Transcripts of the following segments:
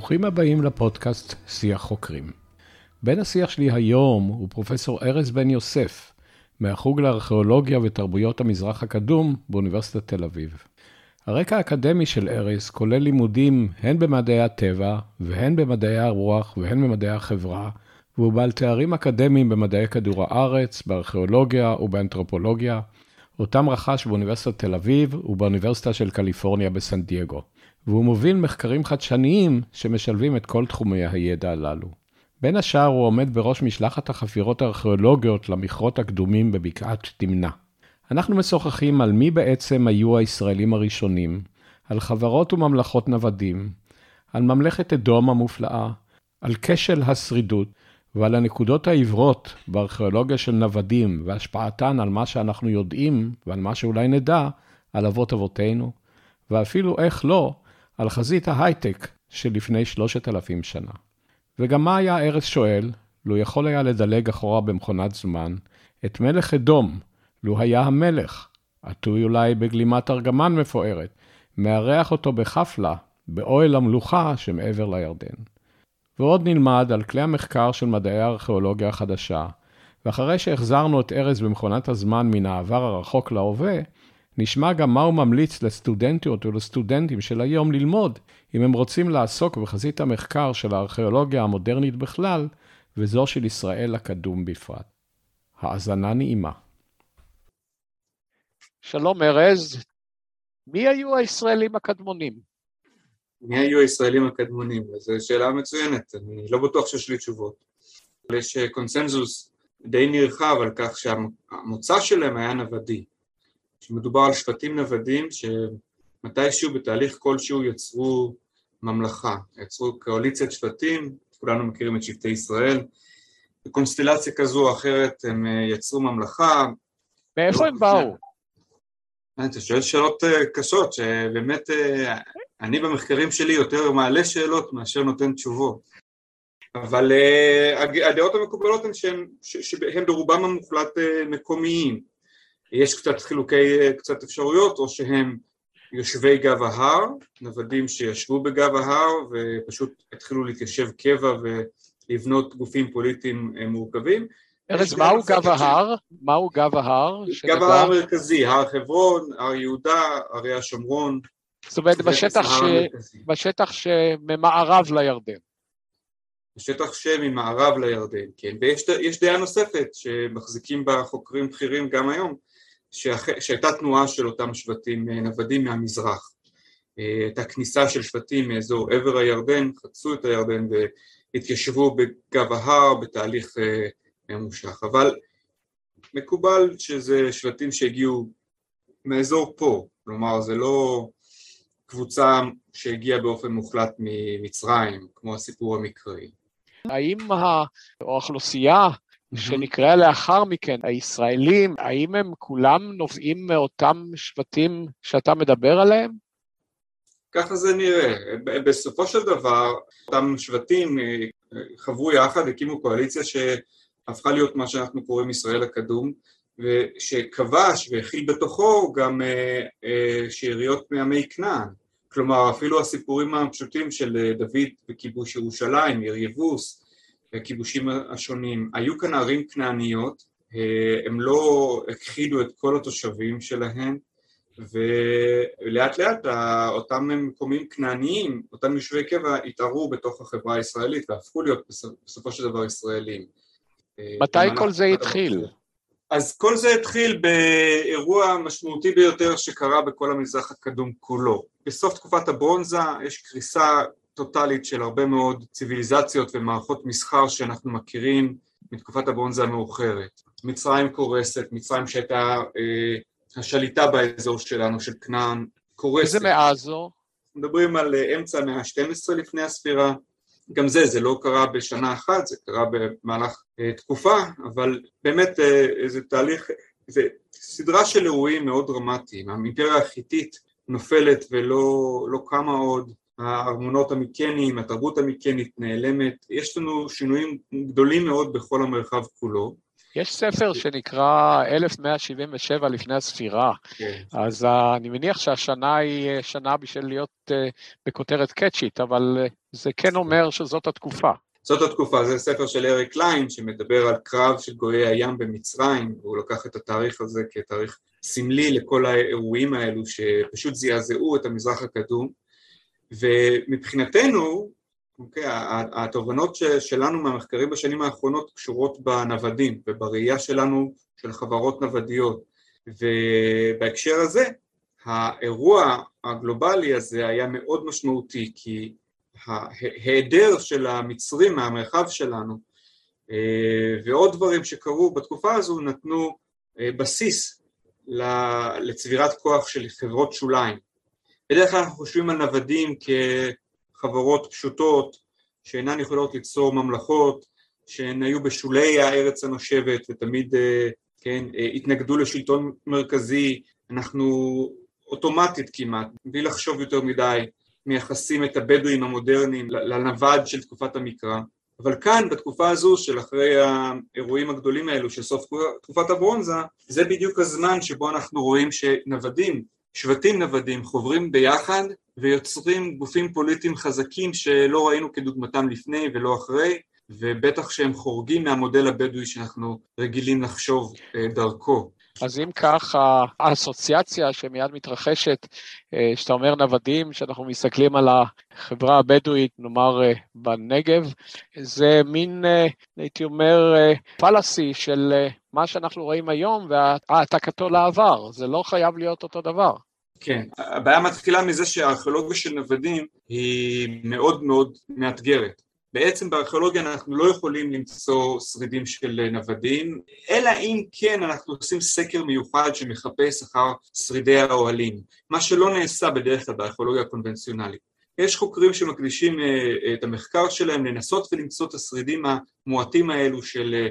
ברוכים הבאים לפודקאסט שיח חוקרים. בן השיח שלי היום הוא פרופסור ארז בן יוסף, מהחוג לארכיאולוגיה ותרבויות המזרח הקדום באוניברסיטת תל אביב. הרקע האקדמי של ארז כולל לימודים הן במדעי הטבע והן במדעי הרוח והן במדעי החברה, והוא בעל תארים אקדמיים במדעי כדור הארץ, בארכיאולוגיה ובאנתרופולוגיה, אותם רכש באוניברסיטת תל אביב ובאוניברסיטה של קליפורניה בסן דייגו. והוא מוביל מחקרים חדשניים שמשלבים את כל תחומי הידע הללו. בין השאר הוא עומד בראש משלחת החפירות הארכיאולוגיות למכרות הקדומים בבקעת תמנע. אנחנו משוחחים על מי בעצם היו הישראלים הראשונים, על חברות וממלכות נוודים, על ממלכת אדום המופלאה, על כשל השרידות ועל הנקודות העברות בארכיאולוגיה של נוודים והשפעתן על מה שאנחנו יודעים ועל מה שאולי נדע על אבות אבותינו, ואפילו איך לא, על חזית ההייטק של לפני 3,000 שנה. וגם מה היה ארז שואל, לו יכול היה לדלג אחורה במכונת זמן, את מלך אדום, לו היה המלך, עטוי אולי בגלימת ארגמן מפוארת, מארח אותו בחפלה, באוהל המלוכה שמעבר לירדן. ועוד נלמד על כלי המחקר של מדעי הארכיאולוגיה החדשה, ואחרי שהחזרנו את ארז במכונת הזמן מן העבר הרחוק להווה, נשמע גם מה הוא ממליץ לסטודנטיות ולסטודנטים של היום ללמוד, אם הם רוצים לעסוק בחזית המחקר של הארכיאולוגיה המודרנית בכלל, וזו של ישראל הקדום בפרט. האזנה נעימה. שלום ארז, מי היו הישראלים הקדמונים? מי היו הישראלים הקדמונים? זו שאלה מצוינת, אני לא בטוח שיש לי תשובות. יש קונסנזוס די נרחב על כך שהמוצא שלהם היה נוודי. שמדובר על שבטים נוודים שמתישהו בתהליך כלשהו יצרו ממלכה, יצרו קואליציית שבטים, כולנו מכירים את שבטי ישראל, בקונסטלציה כזו או אחרת הם יצרו ממלכה. מאיפה הם באו? אתה שואל שאלות קשות, שבאמת אני במחקרים שלי יותר מעלה שאלות מאשר נותן תשובות. אבל הדעות המקובלות הן שהם ברובם המוחלט מקומיים. יש קצת אפשרויות, או שהם יושבי גב ההר, נוודים שישבו בגב ההר ופשוט התחילו להתיישב קבע ולבנות גופים פוליטיים מורכבים. ארז, מהו גב ההר? מהו גב ההר? גב ההר המרכזי, הר חברון, הר יהודה, הרי השומרון. זאת אומרת, בשטח שממערב לירדן. בשטח שממערב לירדן, כן. ויש דעה נוספת שמחזיקים בה חוקרים בכירים גם היום, שהייתה תנועה של אותם שבטים נוודים מהמזרח. הייתה כניסה של שבטים מאזור עבר הירדן, חצו את הירדן והתיישבו בגב ההר בתהליך ממושך. אבל מקובל שזה שבטים שהגיעו מאזור פה, כלומר זה לא קבוצה שהגיעה באופן מוחלט ממצרים, כמו הסיפור המקראי. האם האוכלוסייה שנקרא לאחר מכן, הישראלים, האם הם כולם נובעים מאותם שבטים שאתה מדבר עליהם? ככה זה נראה. בסופו של דבר, אותם שבטים חברו יחד, הקימו קואליציה שהפכה להיות מה שאנחנו קוראים ישראל הקדום, ושכבש והכיל בתוכו גם שאריות מימי כנען. כלומר, אפילו הסיפורים הפשוטים של דוד בכיבוש ירושלים, עיר יבוס, הכיבושים השונים, היו כאן ערים כנעניות, הם לא הכחידו את כל התושבים שלהם, ולאט לאט אותם מקומים כנעניים, אותם יושבי קבע, התערו בתוך החברה הישראלית, והפכו להיות בסופו של דבר ישראלים. מתי כל זה התחיל? אז כל זה התחיל באירוע משמעותי ביותר שקרה בכל המזרח הקדום כולו. בסוף תקופת הברונזה יש קריסה טוטלית של הרבה מאוד ציוויליזציות ומערכות מסחר שאנחנו מכירים מתקופת הברונזה המאוחרת. מצרים קורסת, מצרים שהייתה השליטה באזור שלנו, של כנען, קורסת. איזה מאה זו? מדברים על אמצע המאה ה-12 לפני הספירה. גם זה לא קרה בשנה אחת, זה קרה במהלך תקופה, אבל באמת זה תהליך, זה סדרה של אירועים מאוד דרמטיים. האימפריה החיתית נופלת ולא קמה עוד, הארמונות המיקניים, התרבות המיקנית נעלמת, יש לנו שינויים גדולים מאוד בכל המרחב כולו, יש ספר שנקרא 1177 לפני הספירה, כן. אז אני מניח שהשנה היא שנה בשביל להיות בכותרת קאצ'ית, אבל זה כן אומר שזאת התקופה. זאת התקופה, זה ספר של אריק קליין שמדבר על קרב של גויי הים במצרים, והוא לקח את התאריך הזה כתאריך סמלי לכל האירועים האלו שפשוט זעזעו את המזרח הקדום, ומבחינתנו, אוקיי, התובנות שלנו מהמחקרים בשנים האחרונות קשורות בנוודים ובראייה שלנו של חברות נוודיות, ובהקשר הזה האירוע הגלובלי הזה היה מאוד משמעותי, כי ההיעדר של המצרים מהמרחב שלנו ועוד דברים שקרו בתקופה הזו נתנו בסיס לצבירת כוח של חברות שוליים. בדרך כלל אנחנו חושבים על נוודים כחברות פשוטות שאינן יכולות ליצור ממלכות, שהן היו בשולי הארץ הנושבת ותמיד כן, התנגדו לשלטון מרכזי. אנחנו אוטומטית כמעט, בלי לחשוב יותר מדי, מייחסים את הבדואים המודרניים לנווד של תקופת המקרא, אבל כאן בתקופה הזו של אחרי האירועים הגדולים האלו של סוף תקופת הברונזה, זה בדיוק הזמן שבו אנחנו רואים שנוודים, שבטים נוודים חוברים ביחד ויוצרים גופים פוליטיים חזקים שלא ראינו כדוגמתם לפני ולא אחרי, ובטח שהם חורגים מהמודל הבדואי שאנחנו רגילים לחשוב דרכו. אז אם כך, האסוציאציה שמיד מתרחשת, שאתה אומר נוודים, שאנחנו מסתכלים על החברה הבדואית, נאמר בנגב, זה מין, הייתי אומר, פלסי של מה שאנחנו רואים היום, והעתקתו לעבר, זה לא חייב להיות אותו דבר. כן, הבעיה מתחילה מזה שהארכיאולוגיה של נוודים היא מאוד מאוד מאתגרת. בעצם בארכיאולוגיה אנחנו לא יכולים למצוא שרידים של נוודים, אלא אם כן אנחנו עושים סקר מיוחד שמחפש אחר שרידי האוהלים, מה שלא נעשה בדרך כלל בארכיאולוגיה הקונבנציונלית. יש חוקרים שמקדישים את המחקר שלהם לנסות ולמצוא את השרידים המועטים האלו של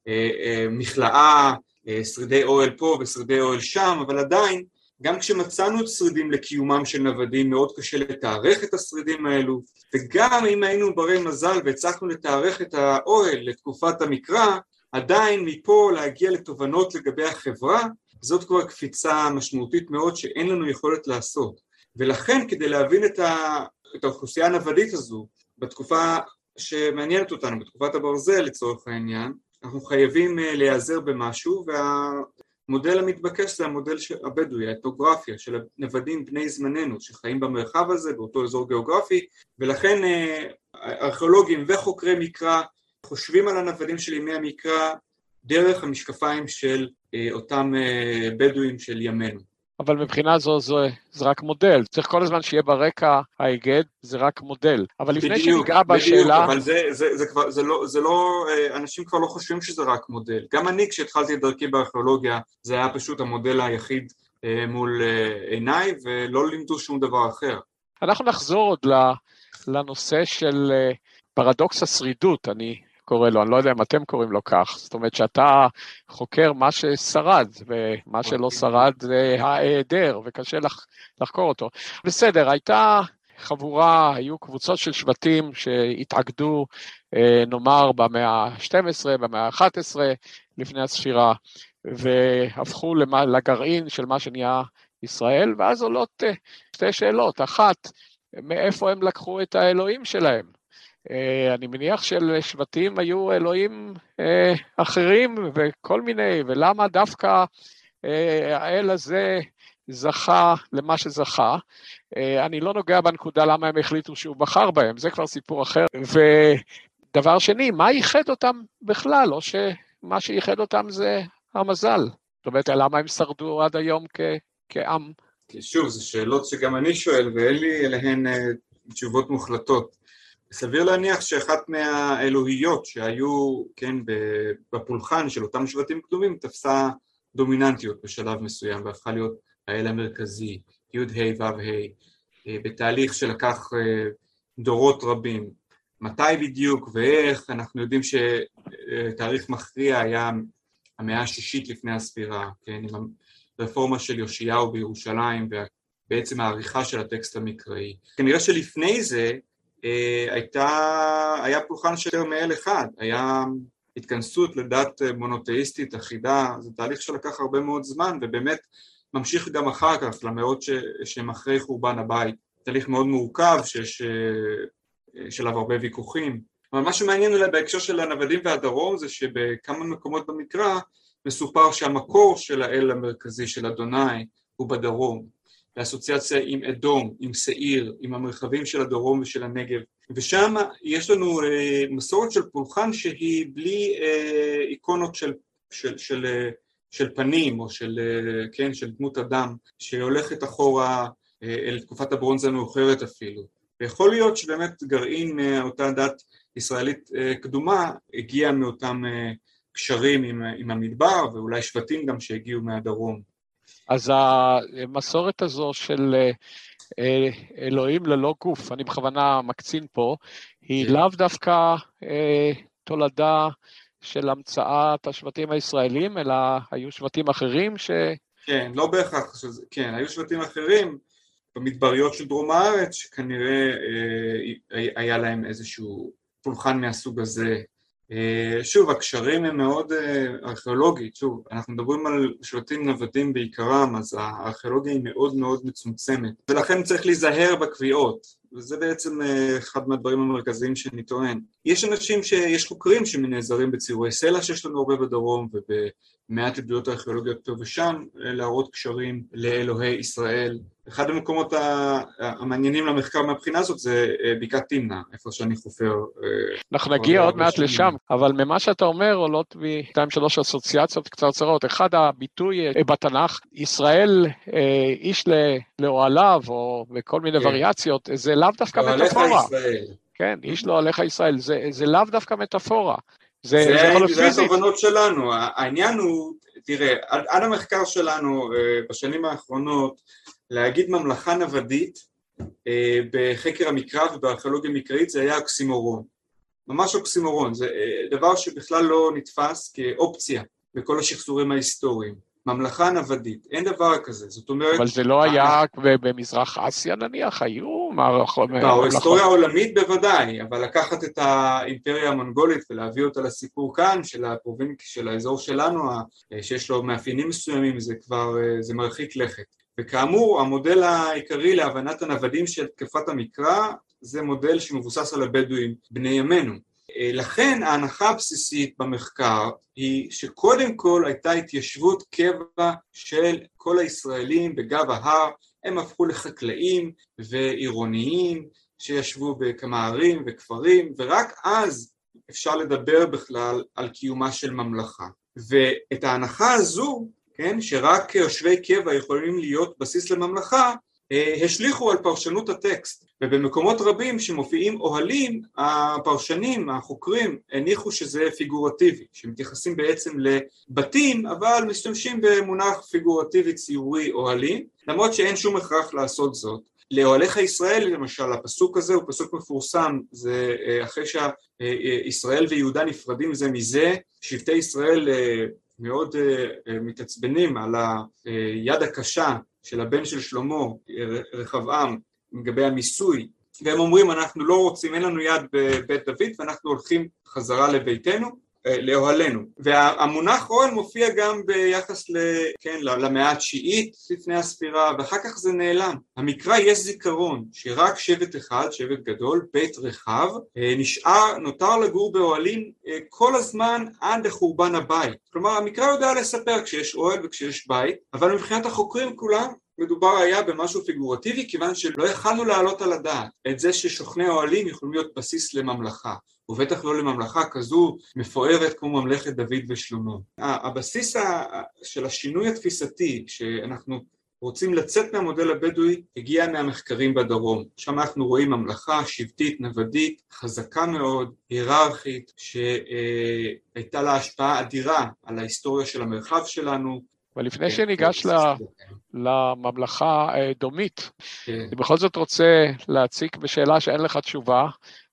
מכלאה, שרידי אוהל פה ושרידי אוהל שם, אבל עדיין גם כשמצאנו את שרידים לקיומם של נוודים, מאוד קשה לתארך את השרידים האלו, וגם אם היינו ברי מזל והצלחנו לתארך את האוהל לתקופת המקרא, עדיין מפה להגיע לתובנות לגבי החברה, זאת כבר קפיצה משמעותית מאוד שאין לנו יכולת לעשות. ולכן כדי להבין את האוכלוסייה הנוודית הזו, בתקופה שמעניינת אותנו, בתקופת הברזל לצורך העניין, אנחנו חייבים להיעזר במשהו, המודל המתבקש זה המודל הבדואי, האתנוגרפיה של הנוודים בני זמננו שחיים במרחב הזה, באותו אזור גיאוגרפי, ולכן ארכיאולוגים וחוקרי מקרא חושבים על הנוודים של ימי המקרא דרך המשקפיים של אותם בדואים של ימינו. אבל מבחינה זו זה רק מודל, צריך כל הזמן שיהיה ברקע ההיגד, זה רק מודל. אבל לפני שניגע בשאלה... אבל זה לא, אנשים כבר לא חושבים שזה רק מודל. גם אני כשהתחלתי את דרכי בארכיאולוגיה, זה היה פשוט המודל היחיד מול עיניי, ולא לימדו שום דבר אחר. אנחנו נחזור עוד לנושא של פרדוקס השרידות, אני קורא לו, אני לא יודע אם אתם קוראים לו כך, זאת אומרת שאתה חוקר מה ששרד, ומה שלא שרד זה ההיעדר, וקשה לחקור אותו. בסדר, הייתה חבורה, היו קבוצות של שבטים שהתאגדו, נאמר, במאה ה-12, במאה ה-11, לפני הספירה, והפכו לגרעין של מה שנהיה ישראל, ואז עולות שתי שאלות, אחת, מאיפה הם לקחו את האלוהים שלהם? אני מניח שלשבטים היו אלוהים אחרים וכל מיני, ולמה דווקא האל הזה זכה למה שזכה. אני לא נוגע בנקודה למה הם החליטו שהוא בחר בהם, זה כבר סיפור אחר. ודבר שני, מה ייחד אותם בכלל, או שמה שייחד אותם זה המזל? זאת אומרת, למה הם שרדו עד היום כעם? שוב, זה שאלות שגם אני שואל, ואין לי אליהן תשובות מוחלטות. סביר להניח שאחת מהאלוהיות שהיו, כן, בפולחן של אותם שבטים קדומים, תפסה דומיננטיות בשלב מסוים, והפכה להיות האל המרכזי, י' ה' ו' ה', בתהליך שלקח דורות רבים. מתי בדיוק ואיך, אנחנו יודעים שתאריך מכריע היה המאה השישית לפני הספירה, כן, עם הרפורמה של יאשיהו בירושלים, ובעצם העריכה של הטקסט המקראי. כנראה שלפני זה, היה פולחן של יותר מאל אחד, היה ההתכנסות לדת מונותאיסטית אחידה, זה תהליך שלקח הרבה מאוד זמן, ובאמת ממשיך גם אחר כך, למאות שהם אחרי חורבן הבית. תהליך מאוד מורכב, שיש שלב הרבה ויכוחים. אבל מה שמעניין אולי בהקשר של הנוודים והדרום, זה שבכמה מקומות במקרא, מסופר שהמקור של האל המרכזי של אדוני הוא בדרום. באסוציאציה עם אדום, עם שעיר, עם המרחבים של הדרום ושל הנגב. ושם יש לנו מסורת של פולחן שהיא בלי איקונות של פנים או של דמות אדם, שהולכת אחורה אל תקופת הברונזה המאוחרת אפילו. ויכול להיות שבאמת גרעין מאותה דת ישראלית קדומה הגיע מאותם קשרים עם המדבר, ואולי שבטים גם שהגיעו מהדרום. אז המסורת הזו של אלוהים ללא גוף, אני בכוונה מקצין פה, היא לאו דווקא תולדה של המצאת השבטים הישראלים, אלא היו שבטים אחרים כן, לא בהכרח, כן, היו שבטים אחרים במדבריות של דרום הארץ, שכנראה היה להם איזשהו פולחן מהסוג הזה. שוב, הקשרים הם מאוד ארכיאולוגית, שוב, אנחנו מדברים על שבטים נוודים בעיקרם, אז הארכיאולוגיה היא מאוד מאוד מצומצמת, ולכן צריך להיזהר בקביעות, וזה בעצם אחד מהדברים המרכזיים שאני טוען. יש אנשים יש חוקרים שנעזרים בציורי סלע שיש לנו הרבה בדרום, ובמעט עדויות הארכיאולוגיות פה ושם, להראות קשרים לאלוהי ישראל. אחד המקומות המעניינים למחקר מהבחינה הזאת זה בקעת תמנע, איפה שאני חופר. אנחנו נגיע עוד מעט לשם, אבל ממה שאתה אומר עולות ב-2-3 אסוציאציות קצרצרות. אחד הביטוי בתנ"ך, ישראל איש לאוהליו, או בכל מיני וריאציות, זה לאו דווקא מטאפורה. כן, איש לאוהליך ישראל, זה לאו דווקא מטאפורה. זה התובנות שלנו, העניין הוא, תראה, עד המחקר שלנו בשנים האחרונות, להגיד ממלכה נוודית בחקר המקרא ובארכיאולוגיה מקראית זה היה אוקסימורון, ממש אוקסימורון, זה דבר שבכלל לא נתפס כאופציה בכל השחזורים ההיסטוריים. ממלכה נוודית, אין דבר כזה, זאת אומרת... אבל זה לא היה במזרח אסיה נניח, היו מערכות... בהיסטוריה העולמית בוודאי, אבל לקחת את האימפריה המונגולית ולהביא אותה לסיפור כאן, של האזור שלנו, שיש לו מאפיינים מסוימים, זה כבר, זה מרחיק לכת. וכאמור, המודל העיקרי להבנת הנוודים של תקופת המקרא, זה מודל שמבוסס על הבדואים בני ימינו. לכן ההנחה הבסיסית במחקר היא שקודם כל הייתה התיישבות קבע של כל הישראלים בגב ההר, הם הפכו לחקלאים ועירוניים שישבו בכמה ערים וכפרים, ורק אז אפשר לדבר בכלל על קיומה של ממלכה. ואת ההנחה הזו, כן, שרק יושבי קבע יכולים להיות בסיס לממלכה, השליחו על פרשנות הטקסט, ובמקומות רבים שמופיעים אוהלים, הפרשנים, החוקרים, הניחו שזה פיגורטיבי, שמתייחסים בעצם לבתים, אבל משתמשים במונח פיגורטיבי ציורי אוהלים, למרות שאין שום הכרח לעשות זאת. לאוהליך ישראל, למשל, הפסוק הזה הוא פסוק מפורסם, זה אחרי שישראל ויהודה נפרדים זה מזה, שבטי ישראל מאוד מתעצבנים על היד הקשה של הבן של שלמה, רחבעם, לגבי המיסוי, והם אומרים אנחנו לא רוצים, אין לנו יד בבית דוד ואנחנו הולכים חזרה לביתנו, לאוהלנו. והמונח אוהל מופיע גם ביחס למאה התשיעית לפני הספירה, ואחר כך זה נעלם. המקרא יש זיכרון שרק שבט אחד, שבט גדול, בית רחב, נותר לגור באוהלים כל הזמן עד לחורבן הבית. כלומר המקרא יודע לספר כשיש אוהל וכשיש בית, אבל מבחינת החוקרים כולם מדובר היה במשהו פיגורטיבי, כיוון שלא יכלנו לעלות על הדעת את זה ששוכני אוהלים יכולים להיות בסיס לממלכה, ובטח לא לממלכה כזו מפוארת כמו ממלכת דוד ושלמה. הבסיס של השינוי התפיסתי שאנחנו רוצים לצאת מהמודל הבדואי הגיע מהמחקרים בדרום. שם אנחנו רואים ממלכה שבטית, נוודית, חזקה מאוד, היררכית, שהייתה לה השפעה אדירה על ההיסטוריה של המרחב שלנו. ולפני שניגש לממלכה דומית, אני בכל זאת רוצה להציג בשאלה שאין לך תשובה,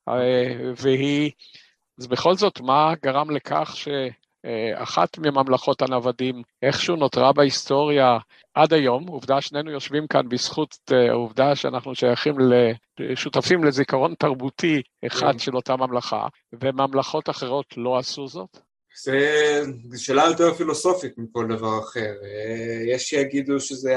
והיא, אז בכל זאת מה גרם לכך שאחת מממלכות הנוודים איכשהו נותרה בהיסטוריה עד היום, עובדה שנינו יושבים כאן בזכות העובדה שאנחנו שותפים לזיכרון תרבותי אחד של אותה ממלכה, וממלכות אחרות לא עשו זאת? זו שאלה יותר פילוסופית מכל דבר אחר. יש שיגידו שזה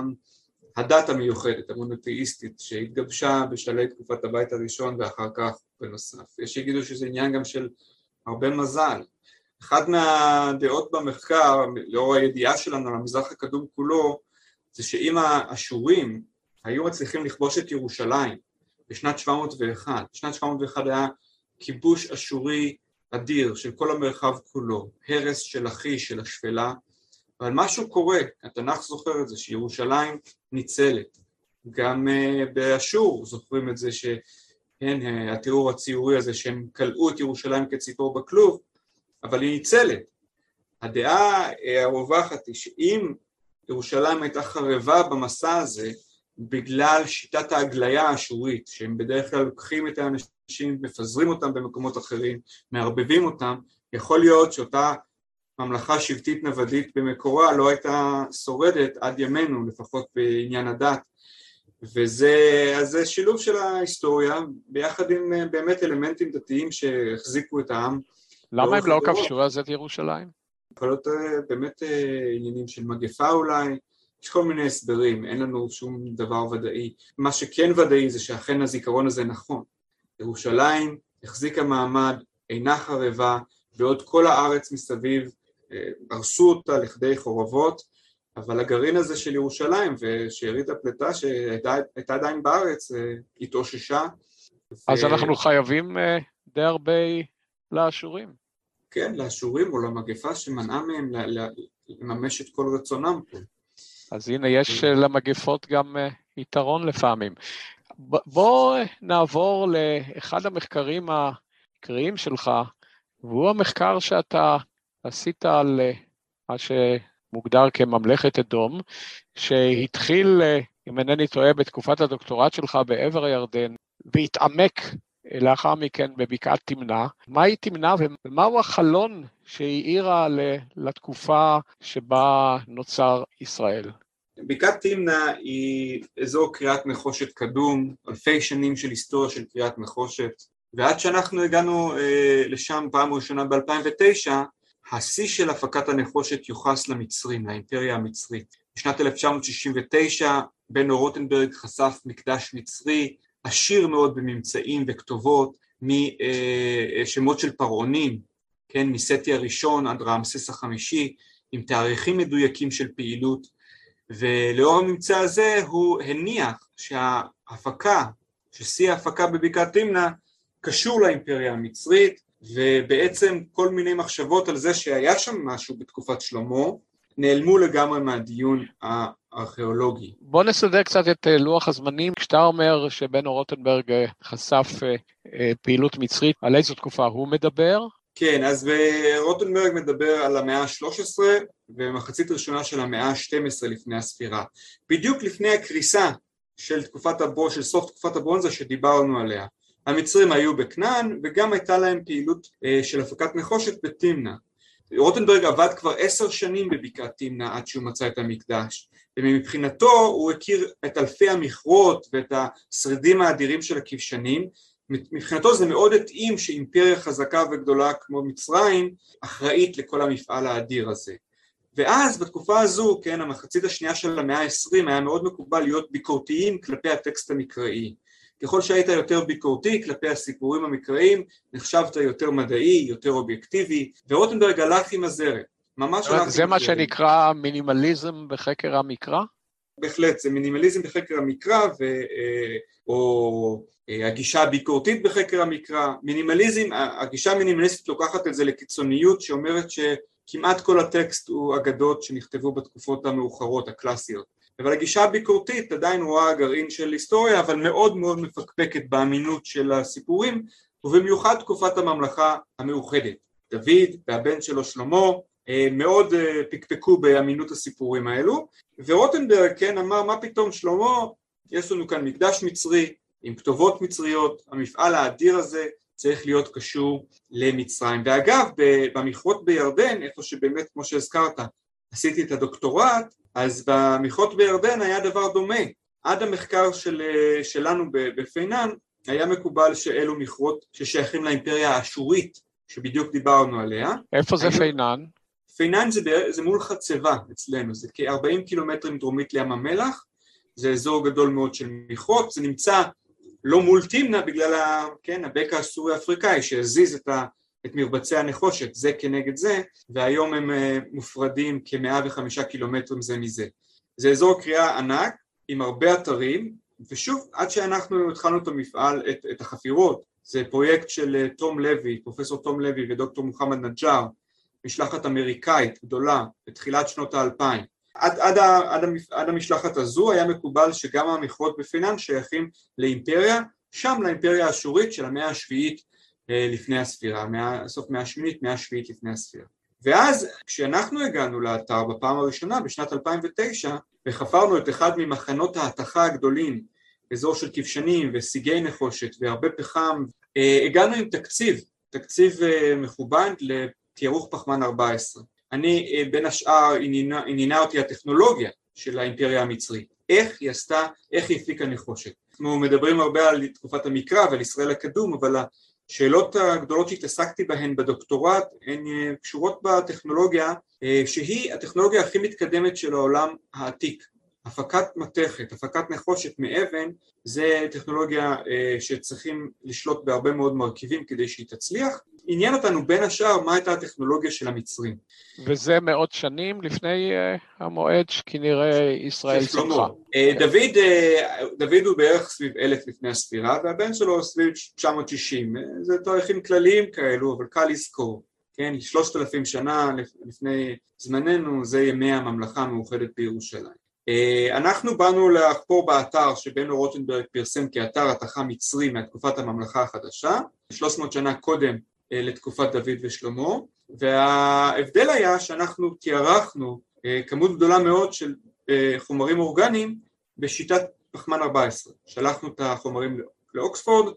הדת המיוחדת, המונותאיסטית, שהתגבשה בשלהי תקופת הבית הראשון ואחר כך בנוסף. יש שיגידו שזה עניין גם של הרבה מזל. אחד מהדעות במחקר, לאור הידיעה שלנו על המזרח הקדום כולו, זה שאם האשורים היו מצליחים לכבוש את ירושלים בשנת 701, בשנת 701 היה כיבוש אשורי אדיר של כל המרחב כולו, הרס של אחי, של השפלה, אבל משהו קורה, התנ"ך זוכר את זה, שירושלים ניצלת. גם באשור זוכרים את זה, התיאור הציורי הזה, שהם קלעו את ירושלים כציפור בכלוב, אבל היא ניצלת. הדעה הרווחת היא שאם ירושלים הייתה חרבה במסע הזה, בגלל שיטת ההגליה האשורית, שהם בדרך כלל לוקחים את האנשים, מפזרים אותם במקומות אחרים, מערבבים אותם, יכול להיות שאותה ממלכה שבטית נוודית במקורה לא הייתה שורדת עד ימינו, לפחות בעניין הדת, וזה שילוב של ההיסטוריה, ביחד עם באמת אלמנטים דתיים שהחזיקו את העם. למה הם לא כבשו אז את ירושלים? יכול להיות באמת עניינים של מגפה אולי, יש כל מיני הסברים, אין לנו שום דבר ודאי. מה שכן ודאי זה שאכן הזיכרון הזה נכון. ירושלים החזיקה מעמד, אינה חרבה, ועוד כל הארץ מסביב הרסו אותה לכדי חורבות, אבל הגרעין הזה של ירושלים ושארית הפלטה שהייתה עדיין בארץ התאוששה. אז אנחנו חייבים די הרבה לאשורים. כן, לאשורים או למגפה שמנעה מהם לממש את כל רצונם פה. אז הנה יש למגפות גם יתרון לפעמים. בוא נעבור לאחד המחקרים העיקריים שלך, והוא המחקר שאתה עשית על מה שמוגדר כממלכת אדום, שהתחיל, אם אינני טועה, בתקופת הדוקטורט שלך בעבר הירדן, והתעמק לאחר מכן בבקעת תמנע. מהי תמנע ומהו החלון שהאירה לתקופה שבה נוצר ישראל? בקעת תמנע היא אזור קריאת נחושת קדום, אלפי שנים של היסטוריה של קריאת נחושת, ועד שאנחנו הגענו לשם פעם ראשונה ב-2009, השיא של הפקת הנחושת יוחס למצרים, לאימפריה המצרית. בשנת 1969 בנו רוטנברג חשף מקדש מצרי, עשיר מאוד בממצאים וכתובות, משמות של פרעונים, כן, מסטי הראשון עד רעמסס החמישי, עם תאריכים מדויקים של פעילות, ולאור הממצא הזה הוא הניח שההפקה, ששיא ההפקה בבקעת תמנע, קשור לאימפריה המצרית, ובעצם כל מיני מחשבות על זה שהיה שם משהו בתקופת שלמה, נעלמו לגמרי מהדיון הארכיאולוגי. בוא נסדר קצת את לוח הזמנים. כשאתה אומר שבנו רוטנברג חשף פעילות מצרית, על איזו תקופה הוא מדבר? כן, אז רוטנברג מדבר על המאה ה-13 ומחצית ראשונה של המאה ה-12 לפני הספירה. בדיוק לפני הקריסה של סוף תקופת הברונזה שדיברנו עליה. המצרים היו בכנען וגם הייתה להם פעילות של הפקת נחושת בתמנע. רוטנברג עבד כבר 10 שנים בבקעת תמנע עד שהוא מצא את המקדש, ומבחינתו הוא הכיר את אלפי המכרות ואת השרידים האדירים של הכבשנים. מבחינתו זה מאוד התאים שאימפריה חזקה וגדולה כמו מצרים אחראית לכל המפעל האדיר הזה. ואז בתקופה הזו, כן, המחצית השנייה של המאה ה-20 היה מאוד מקובל להיות ביקורתיים כלפי הטקסט המקראי. ככל שהיית יותר ביקורתי כלפי הסיפורים המקראיים, נחשבת יותר מדעי, יותר אובייקטיבי, ורוטנברג הלך עם הזרם. זה מה שנקרא מינימליזם בחקר המקרא? בהחלט, זה מינימליזם בחקר המקרא, או הגישה הביקורתית בחקר המקרא. מינימליזם, הגישה המינימליסטית לוקחת את זה לקיצוניות, שאומרת שכמעט כל הטקסט הוא אגדות שנכתבו בתקופות המאוחרות, הקלאסיות. אבל הגישה הביקורתית עדיין רואה גרעין של היסטוריה, אבל מאוד מאוד מפקפקת באמינות של הסיפורים, ובמיוחד תקופת הממלכה המאוחדת. דוד והבן שלו שלמה מאוד פקפקו באמינות הסיפורים האלו, ורוטנברג כן אמר מה פתאום שלמה, יש לנו כאן מקדש מצרי עם כתובות מצריות, המפעל האדיר הזה צריך להיות קשור למצרים. ואגב במכרות בירדן, איפה שבאמת כמו שהזכרת עשיתי את הדוקטורט, אז במכרות בירדן היה דבר דומה. עד המחקר שלנו בפינן היה מקובל שאלו מכרות ששייכים לאימפריה האשורית, שבדיוק דיברנו עליה. איפה זה פינן? פינן זה מול חצבה אצלנו, זה כ-40 קילומטרים דרומית לים המלח, זה אזור גדול מאוד של מכרות, זה נמצא לא מול תמנה בגלל הבקע הסורי-אפריקאי שהזיז את מרבצי הנחושת, זה כנגד זה, והיום הם מופרדים כ-105 קילומטרים זה מזה. זה אזור קריאה ענק עם הרבה אתרים, ושוב, עד שאנחנו התחלנו את המפעל, את החפירות, זה פרויקט של תום לוי, פרופסור תום לוי ודוקטור מוחמד נג'אר, משלחת אמריקאית גדולה בתחילת שנות ה-2000. עד המשלחת הזו היה מקובל שגם המכרות בפינן שייכים לאימפריה, שם לאימפריה האשורית של המאה השביעית לפני הספירה, סוף מאה השמינית, מאה השביעית לפני הספירה. ואז כשאנחנו הגענו לאתר בפעם הראשונה בשנת 2009 וחפרנו את אחד ממחנות ההתכה הגדולים, אזור של כבשנים וסיגי נחושת והרבה פחם, הגענו עם תקציב מכובד לתיארוך פחמן 14. אני בין השאר עניינה אותי הטכנולוגיה של האימפריה המצרית, איך היא הפיקה נחושת. אנחנו מדברים הרבה על תקופת המקרא ועל ישראל הקדום, אבל השאלות הגדולות שהתעסקתי בהן בדוקטורט הן קשורות בטכנולוגיה שהיא הטכנולוגיה הכי מתקדמת של העולם העתיק. הפקת מתכת, הפקת נחושת מאבן, זה טכנולוגיה שצריכים לשלוט בהרבה מאוד מרכיבים כדי שהיא תצליח. עניין אותנו בין השאר מה הייתה הטכנולוגיה של המצרים. וזה מאות שנים לפני המועד שכנראה ישראל צמחה. דוד הוא בערך סביב 1000 לפני הספירה, והבן שלו סביב 960. זה תאריכים כלליים כאלו, אבל קל לזכור. כן, 3000 שנה לפני זמננו, זה ימי הממלכה המאוחדת בירושלים. אנחנו באנו לחפור באתר שבנו רוטנברג פרסם כאתר התכה מצרי מתקופת הממלכה החדשה, 300 שנה קודם לתקופת דוד ושלמה, וההבדל היה שאנחנו תיארחנו כמות גדולה מאוד של חומרים אורגניים בשיטת פחמן 14. שלחנו את החומרים לאוקספורד,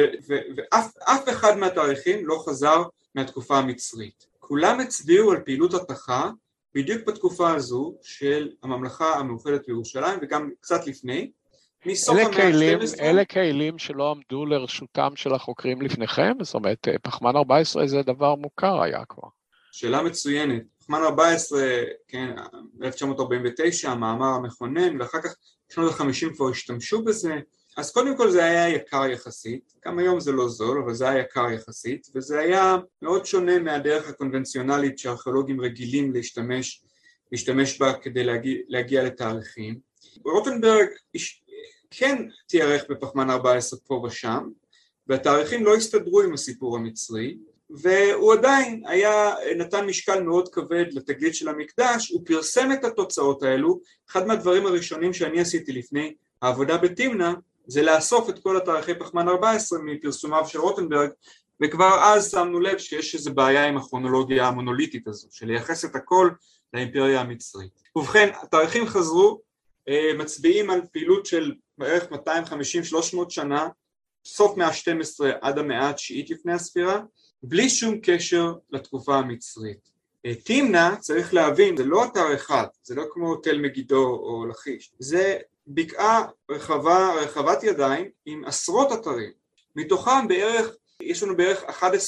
ואף אחד מהתאריכים לא חזר מהתקופה המצרית. כולם הצביעו על פעילות התכה, בדיוק בתקופה הזו של הממלכה המאוחדת בירושלים וגם קצת לפני, מסוף המאה ה-12. אלה כלים שלא עמדו לרשותם של החוקרים לפניכם? זאת אומרת, פחמן 14 זה דבר מוכר היה כבר. שאלה מצוינת. פחמן 14, כן, 1949, המאמר המכונן, ואחר כך שנות ה-50 כבר השתמשו בזה. אז קודם כל זה היה יקר יחסית, גם היום זה לא זול, אבל זה היה יקר יחסית, וזה היה מאוד שונה מהדרך הקונבנציונלית שהארכיאולוגים רגילים להשתמש בה כדי להגיע לתאריכים. רוטנברג כן תיארך בפחמן 14 פה ושם, והתאריכים לא הסתדרו עם הסיפור המצרי, והוא עדיין נתן משקל מאוד כבד לתגלית של המקדש, הוא פרסם את התוצאות האלו. אחד מהדברים הראשונים שאני עשיתי לפני העבודה בתמנה, זה לאסוף את כל התאריכי פחמן 14 מפרסומיו של רוטנברג, וכבר אז שמנו לב שיש איזו בעיה עם הכרונולוגיה המונוליטית הזו, של לייחס את הכל לאימפריה המצרית. ובכן, התאריכים חזרו, מצביעים על פעילות של בערך 250-300 שנה, סוף מאה ה-12 עד המאה התשיעית לפני הספירה, בלי שום קשר לתקופה המצרית. תמנה, צריך להבין, זה לא אתר אחד, זה לא כמו תל מגידו או לכיש, זה בקעה רחבת ידיים עם עשרות אתרים, מתוכם יש לנו בערך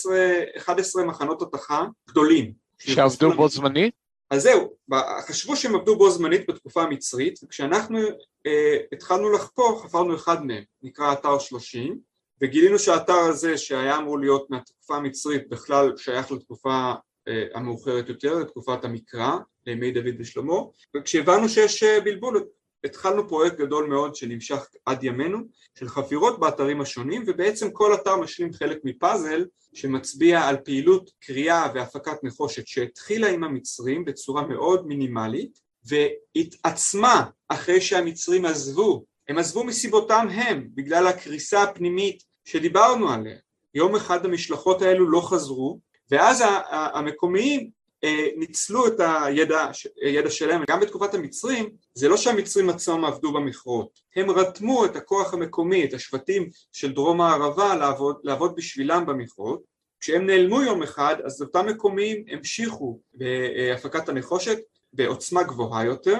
11 מחנות התכה גדולים. שעבדו בו זמנית? אז זהו, חשבו שהם עבדו בו זמנית בתקופה המצרית, וכשאנחנו התחלנו לחפור, חפרנו אחד מהם, נקרא אתר 30, וגילינו שהאתר הזה שהיה אמור להיות מהתקופה המצרית בכלל שייך לתקופה המאוחרת יותר, לתקופת המקרא, לימי דוד ושלמה, וכשהבנו שיש בלבול, התחלנו פרויקט גדול מאוד שנמשך עד ימינו, של חפירות באתרים השונים, ובעצם כל אתר משלים חלק מפאזל שמצביע על פעילות קריאה והפקת נחושת שהתחילה עם המצרים בצורה מאוד מינימלית, והתעצמה אחרי שהמצרים עזבו. הם עזבו מסיבותם הם, בגלל הקריסה הפנימית שדיברנו עליה. יום אחד המשלחות האלו לא חזרו, ואז המקומיים ניצלו את הידע שלהם. גם בתקופת המצרים, זה לא שהמצרים עצמם עבדו במכרות, הם רתמו את הכוח המקומי, את השבטים של דרום הערבה לעבוד בשבילם במכרות. כשהם נעלמו יום אחד, אז אותם מקומיים המשיכו בהפקת הנחושת בעוצמה גבוהה יותר,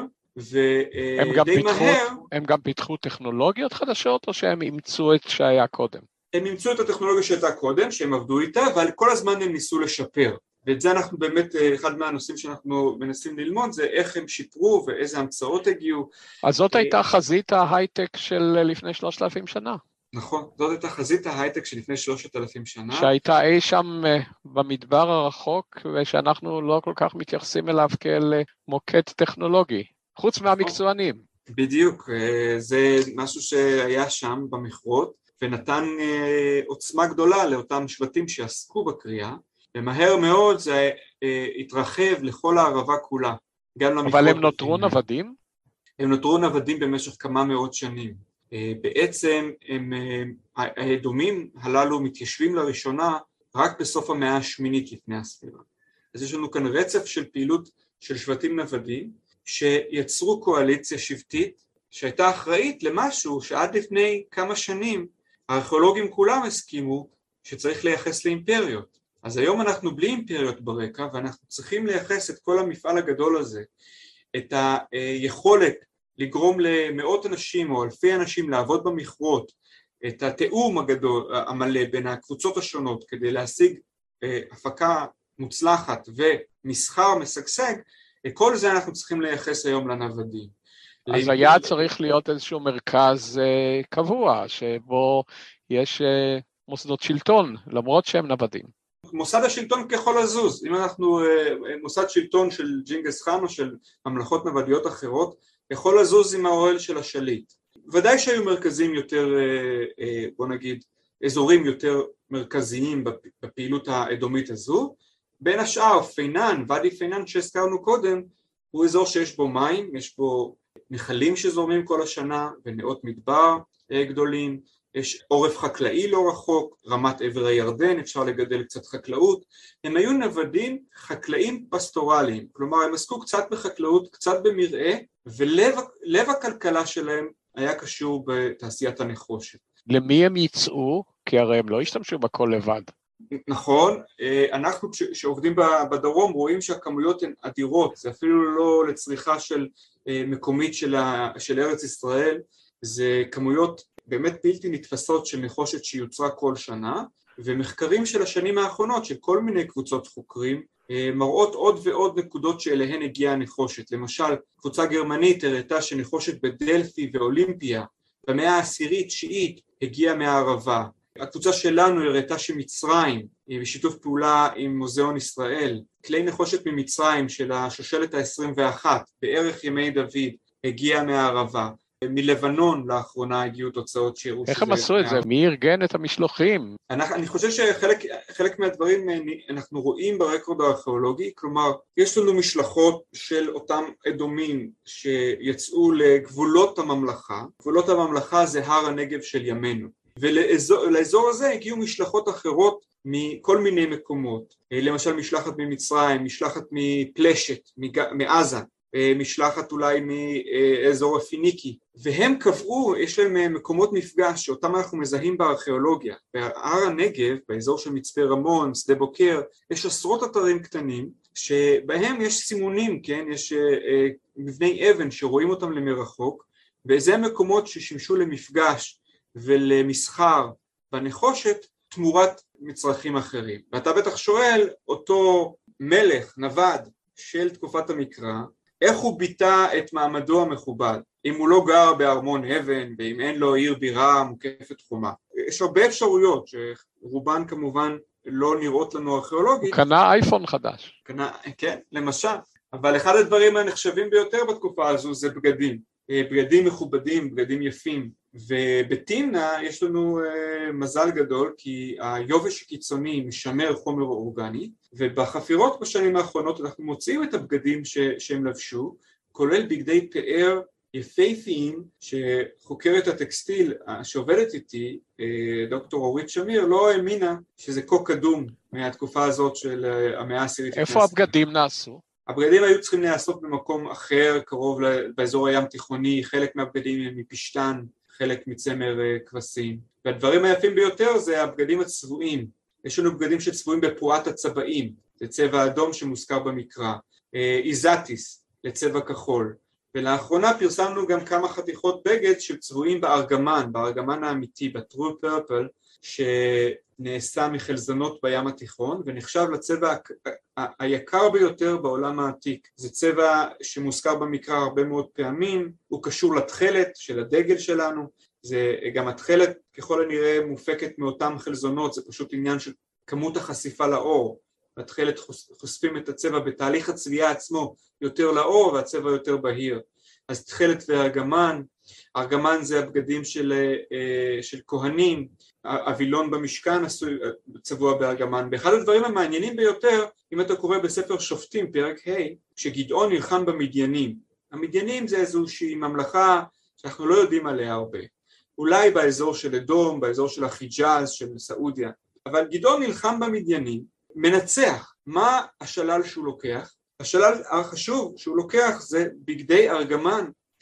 ודי מהר... הם גם פיתחו טכנולוגיות חדשות, או שהם אימצו את שהיה קודם? הם אימצו את הטכנולוגיה שהייתה קודם, שהם עבדו איתה, אבל כל הזמן הם ניסו לשפר. ואת זה אנחנו באמת, אחד מהנושאים שאנחנו מנסים ללמוד, זה איך הם שיפרו ואיזה המצאות הגיעו. אז זאת הייתה חזית ההייטק של לפני 3,000 שנה. נכון, זאת הייתה חזית ההייטק של לפני 3,000 שנה. שהייתה אי שם במדבר הרחוק, ושאנחנו לא כל כך מתייחסים אליו כאל מוקד טכנולוגי, חוץ מהמקצוענים. בדיוק, זה משהו שהיה שם במכרות, ונתן עוצמה גדולה לאותם שבטים שעסקו בקריאה, ומהר מאוד זה התרחב לכל הערבה כולה. אבל הם נותרו נוודים? הם נותרו נוודים במשך כמה מאות שנים. בעצם האדומים הללו מתיישבים לראשונה רק בסוף המאה השמינית לפני הספירה. אז יש לנו כאן רצף של פעילות של שבטים נוודים, שיצרו קואליציה שבטית, שהייתה אחראית למשהו שעד לפני כמה שנים הארכיאולוגים כולם הסכימו שצריך לייחס לאימפריות. אז היום אנחנו בלי אימפריות ברקע, ואנחנו צריכים לייחס את כל המפעל הגדול הזה, את היכולת לגרום למאות אנשים או אלפי אנשים לעבוד במכרות, את התיאום הגדול, המלא בין הקבוצות השונות, כדי להשיג הפקה מוצלחת ומסחר משגשג, כל זה אנחנו צריכים לייחס היום לנוודים. אז היה צריך להיות איזשהו מרכז קבוע, שבו יש מוסדות שלטון, למרות שהם נוודים. מוסד השלטון ככל הזוז, אם אנחנו מוסד שלטון של ג'ינגס חאן או של ממלכות נוודיות אחרות, יכול לזוז עם האוהל של השליט. ודאי שהיו מרכזים יותר, בוא נגיד, אזורים יותר מרכזיים בפעילות האדומית הזו, בין השאר פינן, ואדי פינן שהזכרנו קודם, הוא אזור שיש בו מים, יש בו נחלים שזורמים כל השנה ונאות מדבר גדולים, יש עורף חקלאי לא רחוק, רמת עבר הירדן, אפשר לגדל קצת חקלאות. הם היו נוודים חקלאים פסטורליים, כלומר הם עסקו קצת בחקלאות, קצת במרעה, ולב הכלכלה שלהם היה קשור בתעשיית הנחושת. למי הם יצאו? כי הרי הם לא השתמשו בכל לבד. נכון, אנחנו כשעובדים בדרום רואים שהכמויות הן אדירות, זה אפילו לא לצריכה של מקומית של ארץ ישראל, זה כמויות באמת בלתי נתפסות של נחושת שיוצרה כל שנה, ומחקרים של השנים האחרונות של כל מיני קבוצות חוקרים מראות עוד ועוד נקודות שאליהן הגיעה הנחושת. למשל, קבוצה גרמנית הראתה שנחושת בדלפי ואולימפיה במאה העשירית, תשיעית, הגיעה מהערבה. הקבוצה שלנו הראתה שמצרים, בשיתוף פעולה עם מוזיאון ישראל, כלי נחושת ממצרים של השושלת ה-21, בערך ימי דוד, הגיע מהערבה. מלבנון לאחרונה הגיעו תוצאות שהראו איך הם עשו את זה? מי ארגן את המשלוחים? אני חושב שחלק מהדברים אנחנו רואים ברקורד הארכיאולוגי, כלומר יש לנו משלחות של אותם אדומים שיצאו לגבולות הממלכה, גבולות הממלכה זה הר הנגב של ימינו, ולאזור הזה הגיעו משלחות אחרות מכל מיני מקומות, למשל משלחת ממצרים, משלחת מפלשת, מעזה, משלחת אולי מאזור הפיניקי, והם קבעו, יש להם מקומות מפגש שאותם אנחנו מזהים בארכיאולוגיה. בהר הנגב, באזור של מצפה רמון, שדה בוקר, יש עשרות אתרים קטנים שבהם יש סימונים, כן? יש מבני אבן שרואים אותם למרחוק, וזה מקומות ששימשו למפגש ולמסחר בנחושת תמורת מצרכים אחרים. ואתה בטח שואל, אותו מלך, נווד של תקופת המקרא, איך הוא ביטא את מעמדו המכובד, אם הוא לא גר בארמון אבן, ואם אין לו עיר בירה מוקפת חומה. יש הרבה אפשרויות, שרובן כמובן לא נראות לנו ארכיאולוגית. הוא קנה אייפון חדש. כן, למשל. אבל אחד הדברים הנחשבים ביותר בתקופה הזו זה בגדים. בגדים מכובדים, בגדים יפים. ובתמנע יש לנו מזל גדול, כי היובש הקיצוני משמר חומר אורגני, ובחפירות בשנים האחרונות אנחנו מוצאים את הבגדים שהם לבשו, כולל בגדי פאר יפהפיים, שחוקרת הטקסטיל שעובדת איתי, דוקטור אורית שמיר, לא האמינה שזה כה קדום מהתקופה הזאת של המאה העשירית. איפה הבגדים נעשו? הבגדים היו צריכים להיעשות במקום אחר, קרוב באזור הים תיכוני, חלק מהבגדים הם מפשטן, חלק מצמר כבשים. והדברים היפים ביותר זה הבגדים הצבועים. יש לנו בגדים שצבועים בפרועת הצבעים, זה צבע אדום שמוזכר במקרא, איזטיס לצבע כחול, ולאחרונה פרסמנו גם כמה חתיכות בגד שצבועים בארגמן האמיתי, ב-True Purple, שנעשה מחלזונות בים התיכון, ונחשב לצבע היקר ביותר בעולם העתיק. זה צבע שמוזכר במקרא הרבה מאוד פעמים, הוא קשור לתכלת של הדגל שלנו, זה גם התכלת ככל הנראה מופקת מאותם חלזונות, זה פשוט עניין של כמות החשיפה לאור, התכלת חושפים את הצבע בתהליך הצביעה עצמו יותר לאור והצבע יותר בהיר. אז תכלת וארגמן, ארגמן זה הבגדים של כהנים, אבילון במשכן צבוע בארגמן. באחד הדברים המעניינים ביותר, אם אתה קורא בספר שופטים פרק ה', כשגדעון נלחם במדיינים. המדיינים זה איזושהי ממלכה שאנחנו לא יודעים עליה הרבה, אולי באזור של אדום, באזור של החיג'אז של סעודיה, אבל גדעון נלחם במדיינים, מנצח. מה השלל שהוא לוקח? השלל החשוב שהוא לוקח זה בגדי ארגמן